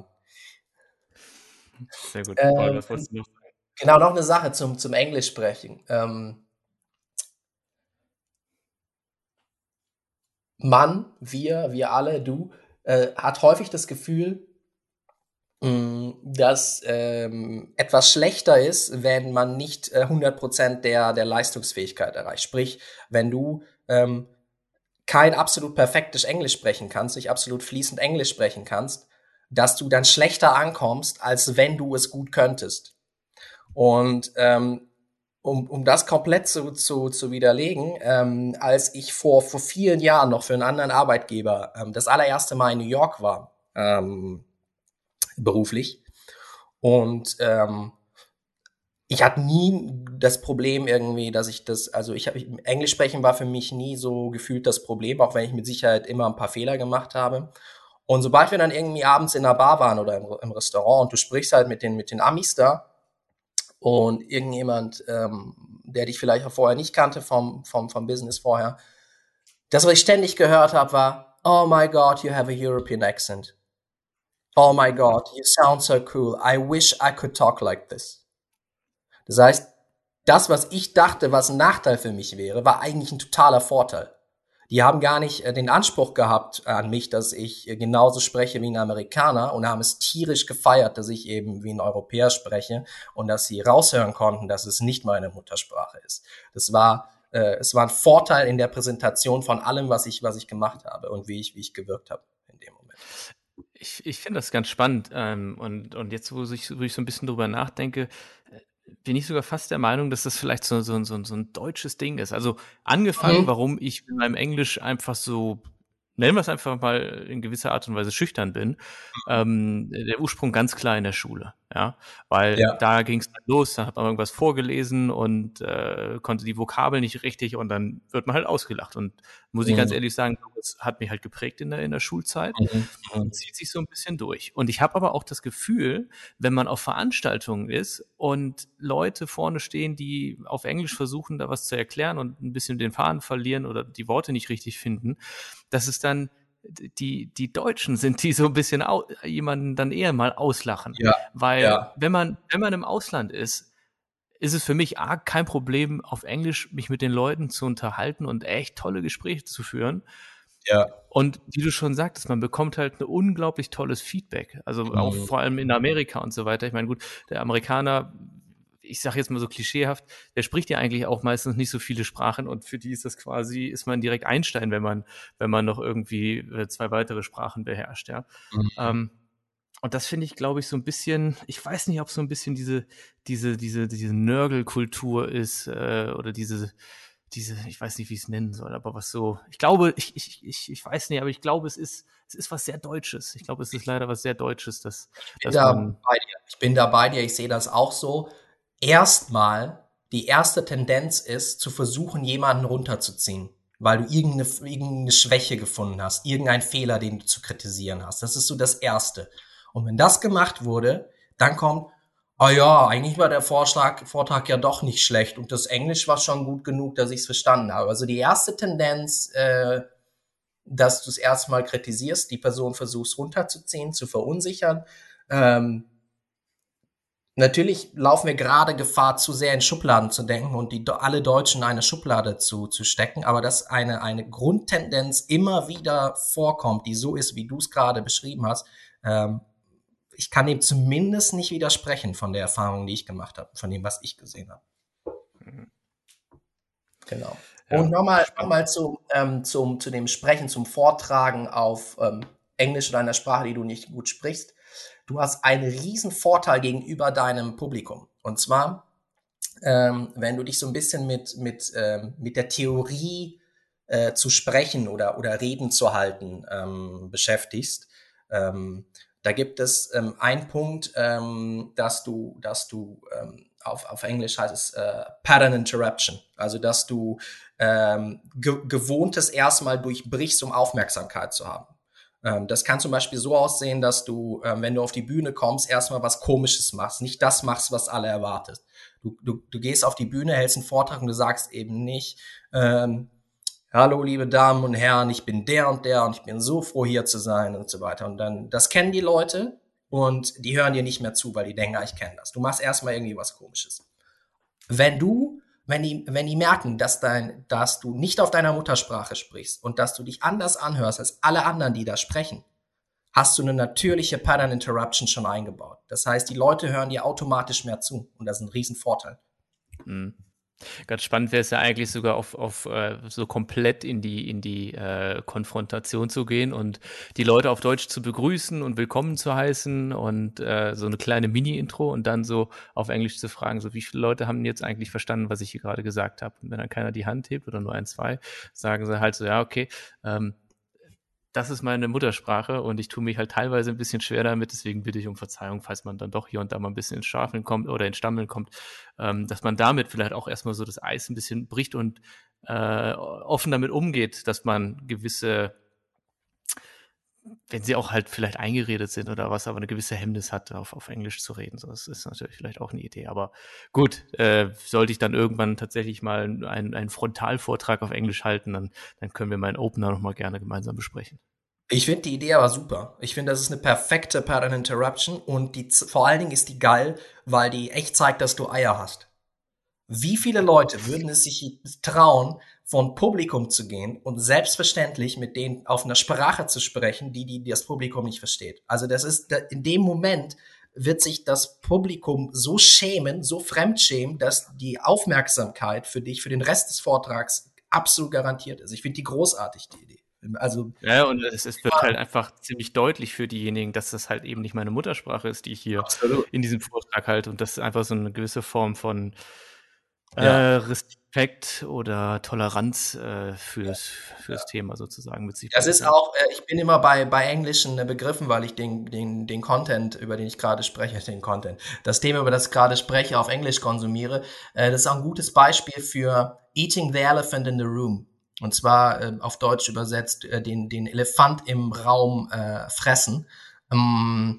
B: Sehr gut. Paul,
A: Ähm,
B: was wolltest du noch sagen?
A: genau, noch eine Sache zum, zum Englisch sprechen. Ähm, man, wir, wir alle, du, äh, hat häufig das Gefühl, Hm, dass, ähm, etwas schlechter ist, wenn man nicht, äh, hundert Prozent der der Leistungsfähigkeit erreicht. Sprich, wenn du, ähm, kein absolut perfektes Englisch sprechen kannst, nicht absolut fließend Englisch sprechen kannst, dass du dann schlechter ankommst, als wenn du es gut könntest. Und ähm, um, um das komplett zu, zu, zu widerlegen, ähm, als ich vor, vor vielen Jahren noch für einen anderen Arbeitgeber ähm, das allererste Mal in New York war, ähm, beruflich, und ähm, ich hatte nie das Problem irgendwie, dass ich das, also ich habe Englisch sprechen war für mich nie so gefühlt das Problem, auch wenn ich mit Sicherheit immer ein paar Fehler gemacht habe. Und sobald wir dann irgendwie abends in der Bar waren oder im, im Restaurant und du sprichst halt mit den mit den Amis da und irgendjemand, ähm, der dich vielleicht auch vorher nicht kannte vom vom vom Business vorher, das, was ich ständig gehört habe, war: "Oh my God, you have a European accent. Oh my God, you sound so cool. I wish I could talk like this." Das heißt, das, was ich dachte, was ein Nachteil für mich wäre, war eigentlich ein totaler Vorteil. Die haben gar nicht äh, den Anspruch gehabt äh, an mich, dass ich äh, genauso spreche wie ein Amerikaner, und haben es tierisch gefeiert, dass ich eben wie ein Europäer spreche und dass sie raushören konnten, dass es nicht meine Muttersprache ist. Das war, äh, es war ein Vorteil in der Präsentation von allem, was ich, was ich gemacht habe und wie ich, wie ich gewirkt habe in dem Moment.
B: Ich, ich finde das ganz spannend. Ähm, und, und jetzt, wo ich, wo ich so ein bisschen drüber nachdenke, äh, bin ich sogar fast der Meinung, dass das vielleicht so, so, so, so ein deutsches Ding ist. Also angefangen,
A: Mhm.
B: warum ich mit meinem Englisch einfach so, nennen wir es einfach mal, in gewisser Art und Weise schüchtern bin. Ähm, der Ursprung ganz klar in der Schule, ja, weil
A: Ja.
B: da ging es dann los, da hat man irgendwas vorgelesen und äh, konnte die Vokabel nicht richtig und dann wird man halt ausgelacht. Und muss ich ganz
A: Mhm.
B: ehrlich sagen, das hat mich halt geprägt in der, in der Schulzeit
A: Mhm.
B: und
A: Mhm.
B: zieht sich so ein bisschen durch. Und ich habe aber auch das Gefühl, wenn man auf Veranstaltungen ist und Leute vorne stehen, die auf Englisch versuchen, da was zu erklären und ein bisschen den Faden verlieren oder die Worte nicht richtig finden, dass es dann die, die Deutschen sind, die so ein bisschen au jemanden dann eher mal auslachen.
A: Ja.
B: Weil
A: Ja.
B: wenn man, wenn man im Ausland ist, ist es für mich A, kein Problem, auf Englisch mich mit den Leuten zu unterhalten und echt tolle Gespräche zu führen.
A: Ja.
B: Und wie du schon sagtest, man bekommt halt ein unglaublich tolles Feedback. Also auch
A: Mhm.
B: vor allem in Amerika und so weiter. Ich meine, gut, der Amerikaner, ich sage jetzt mal so klischeehaft, der spricht ja eigentlich auch meistens nicht so viele Sprachen und für die ist das quasi, ist man direkt Einstein, wenn man, wenn man noch irgendwie äh, zwei weitere Sprachen beherrscht, ja.
A: Mhm.
B: Ähm, und das finde ich, glaube ich, so ein bisschen, ich weiß nicht, ob so ein bisschen diese, diese, diese, diese Nörgelkultur ist, äh, oder diese, diese, ich weiß nicht, wie ich es nennen soll, aber was so, ich glaube, ich, ich, ich, ich weiß nicht, aber ich glaube, es ist, es ist was sehr Deutsches. Ich glaube, es ist leider was sehr Deutsches, dass,
A: Ich bin
B: dass
A: da
B: man,
A: bei dir. Ich bin da bei dir. Ich sehe das auch so. Erstmal, die erste Tendenz ist, zu versuchen, jemanden runterzuziehen, weil du irgendeine, irgendeine Schwäche gefunden hast, irgendeinen Fehler, den du zu kritisieren hast. Das ist so das Erste. Und wenn das gemacht wurde, dann kommt, oh ja, eigentlich war der Vorschlag, Vortrag ja doch nicht schlecht und das Englisch war schon gut genug, dass ich es verstanden habe. Also die erste Tendenz, äh, dass du es erstmal kritisierst, die Person versuchst runterzuziehen, zu verunsichern. Ähm, Natürlich laufen wir gerade Gefahr, zu sehr in Schubladen zu denken und die, alle Deutschen in eine Schublade zu, zu stecken, aber dass eine, eine Grundtendenz immer wieder vorkommt, die so ist, wie du es gerade beschrieben hast, ähm, ich kann dem zumindest nicht widersprechen von der Erfahrung, die ich gemacht habe, von dem, was ich gesehen habe. Genau. Und
B: ja,
A: nochmal noch
B: spannend.
A: mal zu, ähm, zum, zu dem Sprechen, zum Vortragen auf ähm, Englisch oder einer Sprache, die du nicht gut sprichst. Du hast einen riesen Vorteil gegenüber deinem Publikum. Und zwar, ähm, wenn du dich so ein bisschen mit, mit, ähm, mit der Theorie äh, zu sprechen oder, oder Reden zu halten ähm, beschäftigst. Ähm, da gibt es ähm, einen Punkt, ähm, dass du, dass du ähm, auf, auf Englisch heißt es äh, Pattern Interruption, also dass du ähm, ge Gewohntes erstmal durchbrichst, um Aufmerksamkeit zu haben. Ähm, das kann zum Beispiel so aussehen, dass du, ähm, wenn du auf die Bühne kommst, erstmal was Komisches machst, nicht das machst, was alle erwartet. Du, du, du gehst auf die Bühne, hältst einen Vortrag und du sagst eben nicht, ähm, hallo liebe Damen und Herren, ich bin der und der und ich bin so froh hier zu sein und so weiter. Und dann, das kennen die Leute und die hören dir nicht mehr zu, weil die denken, ah, ich kenne das. Du machst erstmal irgendwie was Komisches. Wenn du, wenn die, wenn die merken, dass dein, dass du nicht auf deiner Muttersprache sprichst und dass du dich anders anhörst als alle anderen, die da sprechen, hast du eine natürliche Pattern Interruption schon eingebaut. Das heißt, die Leute hören dir automatisch mehr zu und das ist ein Riesenvorteil.
B: Mhm. Ganz spannend wäre es ja eigentlich sogar auf, auf äh, so komplett in die, in die äh, Konfrontation zu gehen und die Leute auf Deutsch zu begrüßen und willkommen zu heißen und äh, so eine kleine Mini-Intro und dann so auf Englisch zu fragen, so wie viele Leute haben jetzt eigentlich verstanden, was ich hier gerade gesagt habe. Und wenn dann keiner die Hand hebt oder nur ein, zwei, sagen sie halt so, ja, okay, ähm, das ist meine Muttersprache und ich tue mich halt teilweise ein bisschen schwer damit, deswegen bitte ich um Verzeihung, falls man dann doch hier und da mal ein bisschen ins Schwafeln kommt oder ins Stammeln kommt, ähm, dass man damit vielleicht auch erstmal so das Eis ein bisschen bricht und äh, offen damit umgeht, dass man gewisse, wenn sie auch halt vielleicht eingeredet sind oder was, aber eine gewisse Hemmnis hat, auf, auf Englisch zu reden. So, das ist natürlich vielleicht auch eine Idee. Aber gut, äh, sollte ich dann irgendwann tatsächlich mal einen, einen Frontalvortrag auf Englisch halten, dann, dann können wir meinen Opener nochmal gerne gemeinsam besprechen.
A: Ich finde die Idee aber super. Ich finde, das ist eine perfekte Pattern Interruption und die, vor allen Dingen ist die geil, weil die echt zeigt, dass du Eier hast. Wie viele Leute würden es sich trauen, von Publikum zu gehen und selbstverständlich mit denen auf einer Sprache zu sprechen, die, die das Publikum nicht versteht? Also das ist, in dem Moment wird sich das Publikum so schämen, so fremdschämen, dass die Aufmerksamkeit für dich, für den Rest des Vortrags absolut garantiert ist. Ich finde die großartig, die Idee. Also,
B: ja, und es, es wird halt einfach ziemlich deutlich für diejenigen, dass das halt eben nicht meine Muttersprache ist, die ich hier
A: absolut.
B: in diesem Vortrag halte und das einfach so eine gewisse Form von äh,
A: Ja.
B: Respekt oder Toleranz äh, fürs, fürs Thema sozusagen mit sich
A: Das
B: bringt.
A: ist
B: Ja.
A: auch, äh, ich bin immer bei, bei englischen äh, Begriffen, weil ich den, den, den Content, über den ich gerade spreche, den Content, das Thema, über das ich gerade spreche, auf Englisch konsumiere. Äh, das ist auch ein gutes Beispiel für Eating the Elephant in the Room. Und zwar äh, auf Deutsch übersetzt, äh, den, den Elefant im Raum äh, fressen. Ähm,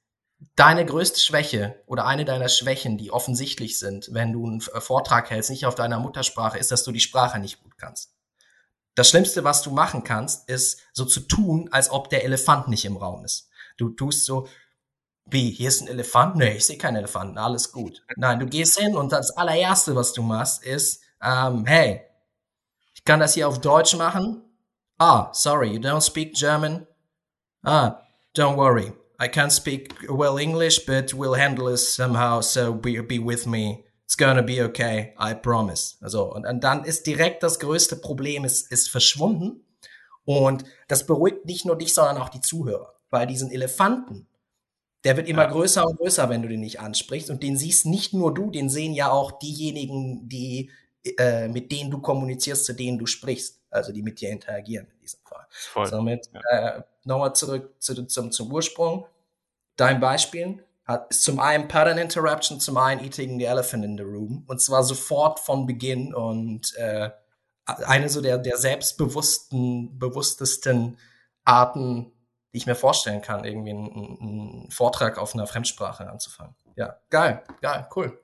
A: Deine größte Schwäche oder eine deiner Schwächen, die offensichtlich sind, wenn du einen Vortrag hältst, nicht auf deiner Muttersprache, ist, dass du die Sprache nicht gut kannst. Das Schlimmste, was du machen kannst, ist so zu tun, als ob der Elefant nicht im Raum ist. Du tust so, wie, hier ist ein Elefant? Nee, ich sehe keinen Elefanten, alles gut. Nein, du gehst hin und das allererste, was du machst, ist, ähm, hey, ich kann das hier auf Deutsch machen. Ah, sorry, you don't speak German? Ah, don't worry. I can't speak well English, but we'll handle it somehow, so be, be with me. It's gonna be okay, I promise. Also, und, und dann ist direkt das größte Problem ist, ist verschwunden. Und das beruhigt nicht nur dich, sondern auch die Zuhörer. Weil diesen Elefanten, der wird immer
B: Ja.
A: größer und größer, wenn du den nicht ansprichst. Und den siehst nicht nur du, den sehen ja auch diejenigen, die, äh, mit denen du kommunizierst, zu denen du sprichst. Also die mit dir interagieren in diesem Fall.
B: Voll.
A: Somit
B: Ja.
A: äh, nochmal zurück zu, zum, zum Ursprung. Dein Beispiel hat, ist zum einen Pattern Interruption, zum einen Eating the Elephant in the Room. Und zwar sofort von Beginn und äh, eine so der, der selbstbewussten, bewusstesten Arten, die ich mir vorstellen kann, irgendwie einen, einen Vortrag auf einer Fremdsprache anzufangen. Ja, geil, geil, cool.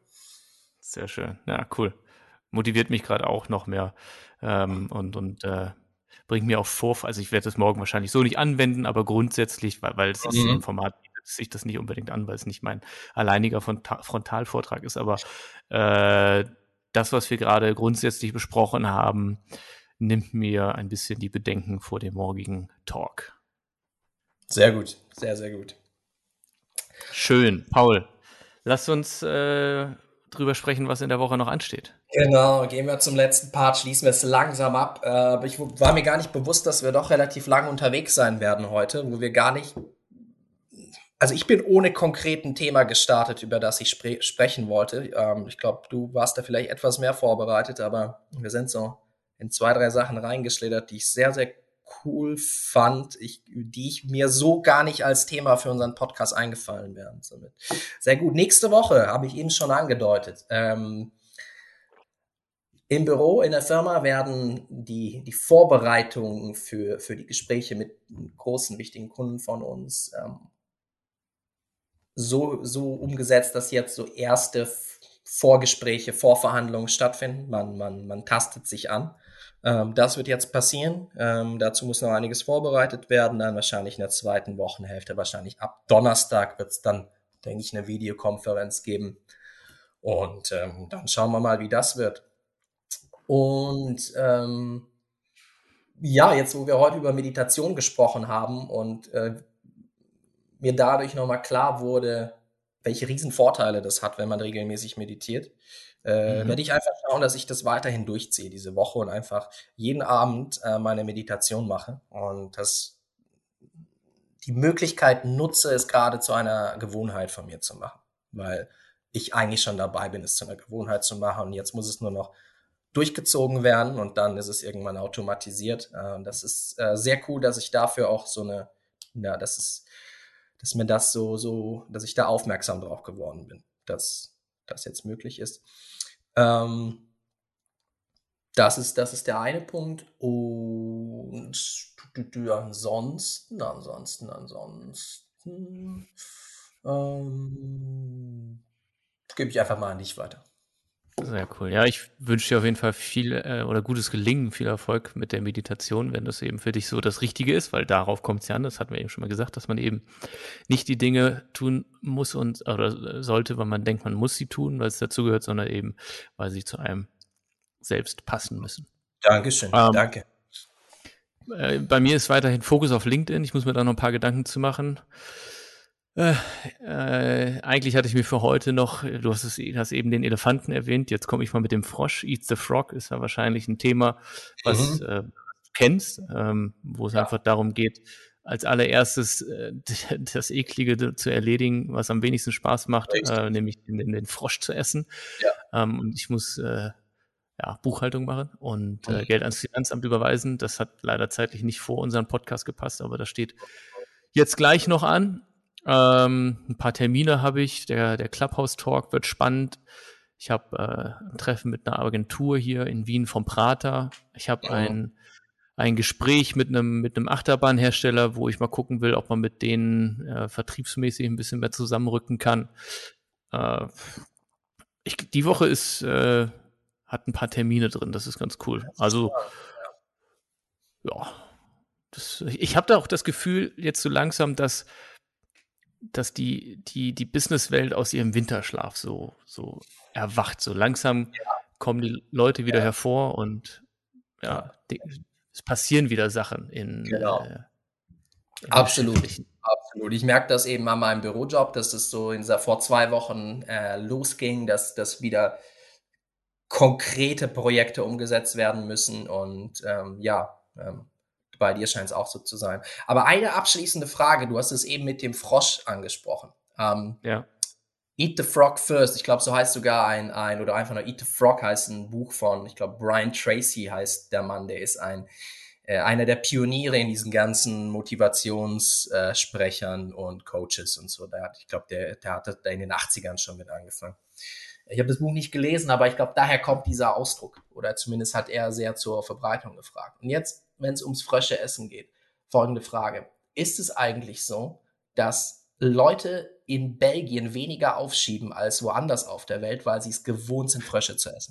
B: Sehr schön. Ja, cool. Motiviert mich gerade auch noch mehr ähm, und, und äh, bringt mir auch vor, also ich werde das morgen wahrscheinlich so nicht anwenden, aber grundsätzlich, weil, weil es ist so ein
A: Mhm.
B: Format, bietet sich das nicht unbedingt an, weil es nicht mein alleiniger Fronta- Frontalvortrag ist, aber äh, das, was wir gerade grundsätzlich besprochen haben, nimmt mir ein bisschen die Bedenken vor dem morgigen Talk.
A: Sehr gut, sehr, sehr gut.
B: Schön. Paul, lass uns äh, drüber sprechen, was in der Woche noch ansteht.
A: Genau, gehen wir zum letzten Part, schließen wir es langsam ab. Äh, aber ich war mir gar nicht bewusst, dass wir doch relativ lange unterwegs sein werden heute, wo wir gar nicht. Also ich bin ohne konkreten Thema gestartet, über das ich spre sprechen wollte. Ähm, ich glaube, du warst da vielleicht etwas mehr vorbereitet, aber wir sind so in zwei, drei Sachen reingeschlittert, die ich sehr, sehr cool fand, ich, die ich mir so gar nicht als Thema für unseren Podcast eingefallen wären. Somit. Sehr gut. Nächste Woche habe ich eben schon angedeutet. Ähm, Im Büro, in der Firma werden die, die Vorbereitungen für, für die Gespräche mit großen, wichtigen Kunden von uns ähm, so, so umgesetzt, dass jetzt so erste Vorgespräche, Vorverhandlungen stattfinden. Man, man, man tastet sich an. Ähm, das wird jetzt passieren. Ähm, dazu muss noch einiges vorbereitet werden. Dann wahrscheinlich in der zweiten Wochenhälfte, wahrscheinlich ab Donnerstag wird es dann, denke ich, eine Videokonferenz geben. Und ähm, dann schauen wir mal, wie das wird. Und ähm, ja, jetzt, wo wir heute über Meditation gesprochen haben und äh, mir dadurch nochmal klar wurde, welche riesen Vorteile das hat, wenn man regelmäßig meditiert, äh,
B: Mhm.
A: werde ich einfach schauen, dass ich das weiterhin durchziehe diese Woche und einfach jeden Abend äh, meine Meditation mache und das die Möglichkeit nutze, es gerade zu einer Gewohnheit von mir zu machen, weil ich eigentlich schon dabei bin, es zu einer Gewohnheit zu machen und jetzt muss es nur noch durchgezogen werden und dann ist es irgendwann automatisiert. Äh, das ist äh, sehr cool, dass ich dafür auch so eine, ja, das ist, dass mir das so, so, dass ich da aufmerksam drauf geworden bin, dass das jetzt möglich ist. Ähm, das ist, das ist der eine Punkt. Und ansonsten, ansonsten, ansonsten, ähm, gebe ich einfach mal an dich weiter.
B: Sehr cool. Ja, ich wünsche dir auf jeden Fall viel äh, oder gutes Gelingen, viel Erfolg mit der Meditation, wenn das eben für dich so das Richtige ist, weil darauf kommt es ja an, das hatten wir eben schon mal gesagt, dass man eben nicht die Dinge tun muss und oder sollte, weil man denkt, man muss sie tun, weil es dazugehört, sondern eben, weil sie zu einem selbst passen müssen.
A: Dankeschön,
B: Ähm,
A: danke.
B: äh, bei mir ist weiterhin Fokus auf LinkedIn. Ich muss mir da noch ein paar Gedanken zu machen. Äh, äh, eigentlich hatte ich mir für heute noch, du hast, es, hast eben den Elefanten erwähnt, jetzt komme ich mal mit dem Frosch. Eat the Frog ist ja wahrscheinlich ein Thema, was
A: Mhm.
B: äh, du kennst, ähm, wo es
A: Ja,
B: einfach darum geht, als allererstes äh, das Eklige zu erledigen, was am wenigsten Spaß macht, äh,
A: richtig.
B: nämlich den, den Frosch zu essen.
A: Ja.
B: Ähm, und ich muss äh, ja, Buchhaltung machen und äh,
A: Mhm.
B: Geld ans Finanzamt überweisen. Das hat leider zeitlich nicht vor unseren Podcast gepasst, aber das steht jetzt gleich noch an. Ähm, ein paar Termine habe ich. Der, der Clubhouse Talk wird spannend. Ich habe äh, ein Treffen mit einer Agentur hier in Wien vom Prater. Ich habe
A: Mhm.
B: ein, ein Gespräch mit einem, mit einem Achterbahnhersteller, wo ich mal gucken will, ob man mit denen äh, vertriebsmäßig ein bisschen mehr zusammenrücken kann. Äh, ich, die Woche ist, äh, hat ein paar Termine drin, das ist ganz cool. Also, ja, das, ich habe da auch das Gefühl, jetzt so langsam, dass dass die, die, die Businesswelt aus ihrem Winterschlaf so, so erwacht. So langsam kommen die Leute wieder
A: Ja,
B: hervor und ja,
A: ja,
B: die, es passieren wieder Sachen in,
A: genau.
B: äh, im
A: Absolut,
B: Geschäftlichen.
A: absolut. Ich merke das eben an meinem Bürojob, dass es so in dieser vor zwei Wochen äh, losging, dass dass wieder konkrete Projekte umgesetzt werden müssen und ähm, ja, ähm, bei dir scheint es auch so zu sein. Aber eine abschließende Frage, du hast es eben mit dem Frosch angesprochen. Ähm,
B: Ja.
A: Eat the Frog First, ich glaube, so heißt sogar ein, ein, oder einfach nur Eat the Frog heißt ein Buch von, ich glaube, Brian Tracy heißt der Mann, der ist ein, äh, einer der Pioniere in diesen ganzen Motivationssprechern äh, und Coaches und so. Der hat, ich glaube, der, der hat da in den achtzigern schon mit angefangen. Ich habe das Buch nicht gelesen, aber ich glaube, daher kommt dieser Ausdruck. Oder zumindest hat er sehr zur Verbreitung gefragt. Und jetzt, wenn es ums Frösche essen geht, folgende Frage. Ist es eigentlich so, dass Leute in Belgien weniger aufschieben als woanders auf der Welt, weil sie es gewohnt sind, Frösche zu essen?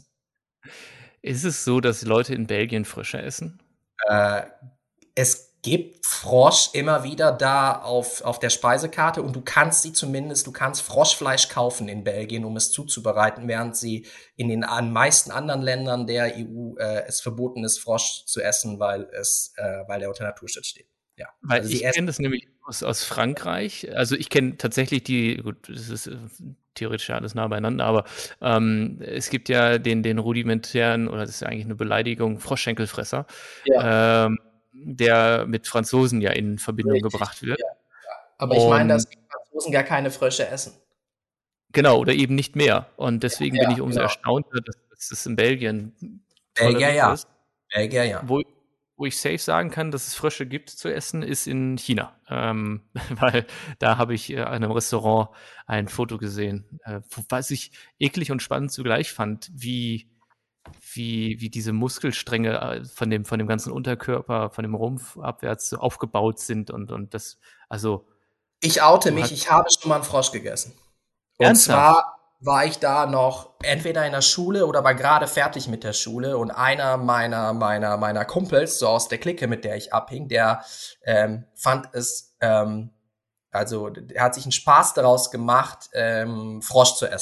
B: Ist es so, dass Leute in Belgien Frösche essen?
A: Äh, es gibt Frosch immer wieder da auf, auf der Speisekarte und du kannst sie zumindest, du kannst Froschfleisch kaufen in Belgien, um es zuzubereiten, während sie in den an meisten anderen Ländern der E U äh, es verboten ist, Frosch zu essen, weil es, äh, weil der unter Naturschutz steht. Ja,
B: Weil
A: also sie
B: ich
A: essen.
B: kenne das nämlich aus, aus Frankreich. Also ich kenne tatsächlich die, gut, das ist äh, theoretisch ja alles nah beieinander, aber ähm, es gibt ja den, den rudimentären, oder das ist ja eigentlich eine Beleidigung, Froschschenkelfresser,
A: Ja,
B: ähm, der mit Franzosen ja in Verbindung
A: richtig.
B: gebracht wird.
A: Ja. Aber ich meine, dass
B: Und
A: die Franzosen gar keine Frösche essen.
B: genau, oder eben nicht mehr. Und deswegen bin
A: Ja,
B: ich umso
A: genau.
B: erstaunter, dass, dass es in Belgien
A: Belgier
B: toleriert
A: ja.
B: ist.
A: Belgier ja.
B: Wo, wo ich safe sagen kann, dass es Frösche gibt zu essen, ist in China. Ähm, weil da habe ich äh, an einem Restaurant ein Foto gesehen, äh, was ich eklig und spannend zugleich fand, wie, wie, wie diese Muskelstränge äh, von dem, von dem ganzen Unterkörper, von dem Rumpf abwärts so aufgebaut sind und, und das, also
A: Ich oute
B: du
A: mich,
B: hast
A: ich habe schon mal einen Frosch gegessen. Und
B: ernsthaft.
A: zwar war ich da noch entweder in der Schule oder war gerade fertig mit der Schule und einer meiner meiner meiner Kumpels, so aus der Clique, mit der ich abhing, der ähm, fand es, ähm, also er hat sich einen Spaß daraus gemacht, ähm, Frosch zu essen.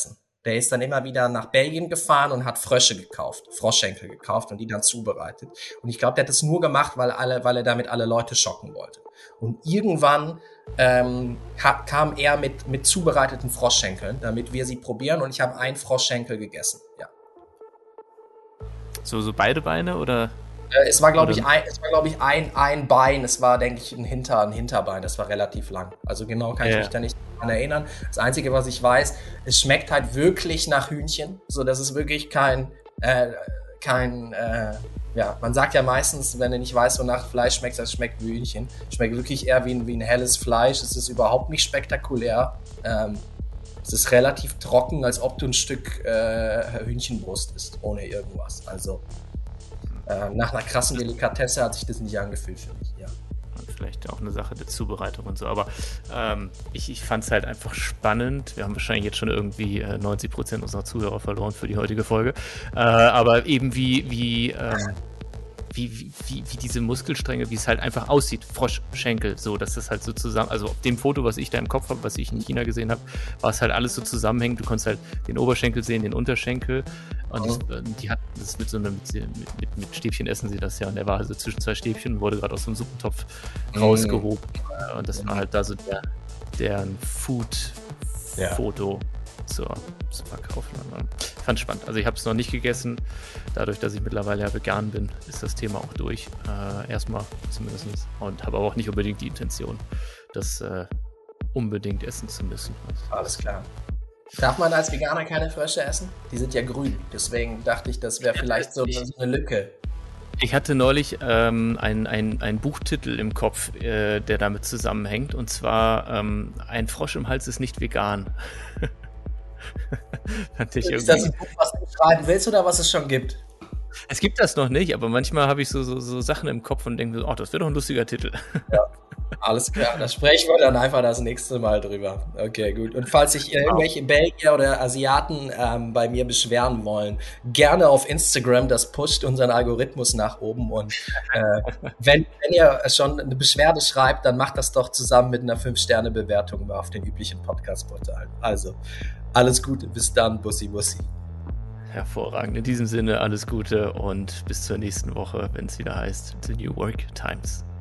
A: Der ist dann immer wieder nach Belgien gefahren und hat Frösche gekauft, Froschschenkel gekauft und die dann zubereitet. Und ich glaube, der hat das nur gemacht, weil alle, weil er damit alle Leute schocken wollte. Und irgendwann ähm, kam er mit, mit zubereiteten Froschschenkeln, damit wir sie probieren. Und ich habe einen Froschschenkel gegessen, ja.
B: So, so beide Beine oder?
A: Äh, es war, glaube ich, ein, es war, glaube ich, ein, ein Bein. Es war, denke ich, ein, Hinter, ein Hinterbein. Das war relativ lang. Also genau kann ich ja. mich da nicht dran erinnern. Das Einzige, was ich weiß, es schmeckt halt wirklich nach Hühnchen. So, das ist wirklich kein, äh, kein, äh, ja, man sagt ja meistens, wenn du nicht weißt, wonach Fleisch schmeckt, das schmeckt wie Hühnchen. Schmeckt wirklich eher wie ein, wie ein helles Fleisch. Es ist überhaupt nicht spektakulär. Ähm, es ist relativ trocken, als ob du ein Stück äh, Hühnchenbrust isst, ohne irgendwas. Also äh, nach einer krassen Delikatesse hat sich das nicht angefühlt für mich, ja.
B: Vielleicht auch eine Sache der Zubereitung und so, aber ähm, ich, ich fand es halt einfach spannend. Wir haben wahrscheinlich jetzt schon irgendwie äh, neunzig Prozent unserer Zuhörer verloren für die heutige Folge, äh, aber eben wie, wie, ähm, wie, wie, wie, wie diese Muskelstränge, wie es halt einfach aussieht, Froschschenkel, so, dass das halt so zusammen, also auf dem Foto, was ich da im Kopf habe, was ich in China gesehen habe, war es halt alles so zusammenhängend. Du konntest halt den Oberschenkel sehen, den Unterschenkel und
A: Mhm.
B: das, die hatten das mit so einem, mit, mit, mit Stäbchen essen sie das ja und der war also zwischen zwei Stäbchen und wurde gerade aus so einem Suppentopf
A: Mhm.
B: rausgehoben und das war halt da so der, deren Food-Foto ja. zur, zur Verkaufen. Ich fand spannend. Also ich habe es noch nicht gegessen. Dadurch, dass ich mittlerweile ja vegan bin, ist das Thema auch durch. Äh, erstmal zumindest. Und habe aber auch nicht unbedingt die Intention, das äh, unbedingt essen zu müssen.
A: Alles klar. Darf man als Veganer keine Frösche essen? Die sind ja grün. Deswegen dachte ich, das wäre vielleicht so, so eine Lücke.
B: Ich hatte neulich ähm, einen ein Buchtitel im Kopf, äh, der damit zusammenhängt. Und zwar ähm, Ein Frosch im Hals ist nicht vegan.
A: ich ist das ein Buch, was du schreiben willst oder was es schon gibt?
B: Es gibt das noch nicht, aber manchmal habe ich so, so, so Sachen im Kopf und denke, oh, das wäre doch ein lustiger Titel. Ja,
A: alles klar. Da sprechen wir dann einfach das nächste Mal drüber. Okay, gut. Und falls sich irgendwelche Belgier oder Asiaten ähm, bei mir beschweren wollen, gerne auf Instagram, das pusht unseren Algorithmus nach oben. Und äh, wenn, wenn ihr schon eine Beschwerde schreibt, dann macht das doch zusammen mit einer fünf Sterne Bewertung auf den üblichen Podcast-Portalen. Also, alles Gute, bis dann, Bussi Bussi.
B: Hervorragend. In diesem Sinne alles Gute und bis zur nächsten Woche, wenn es wieder heißt The New Work Times.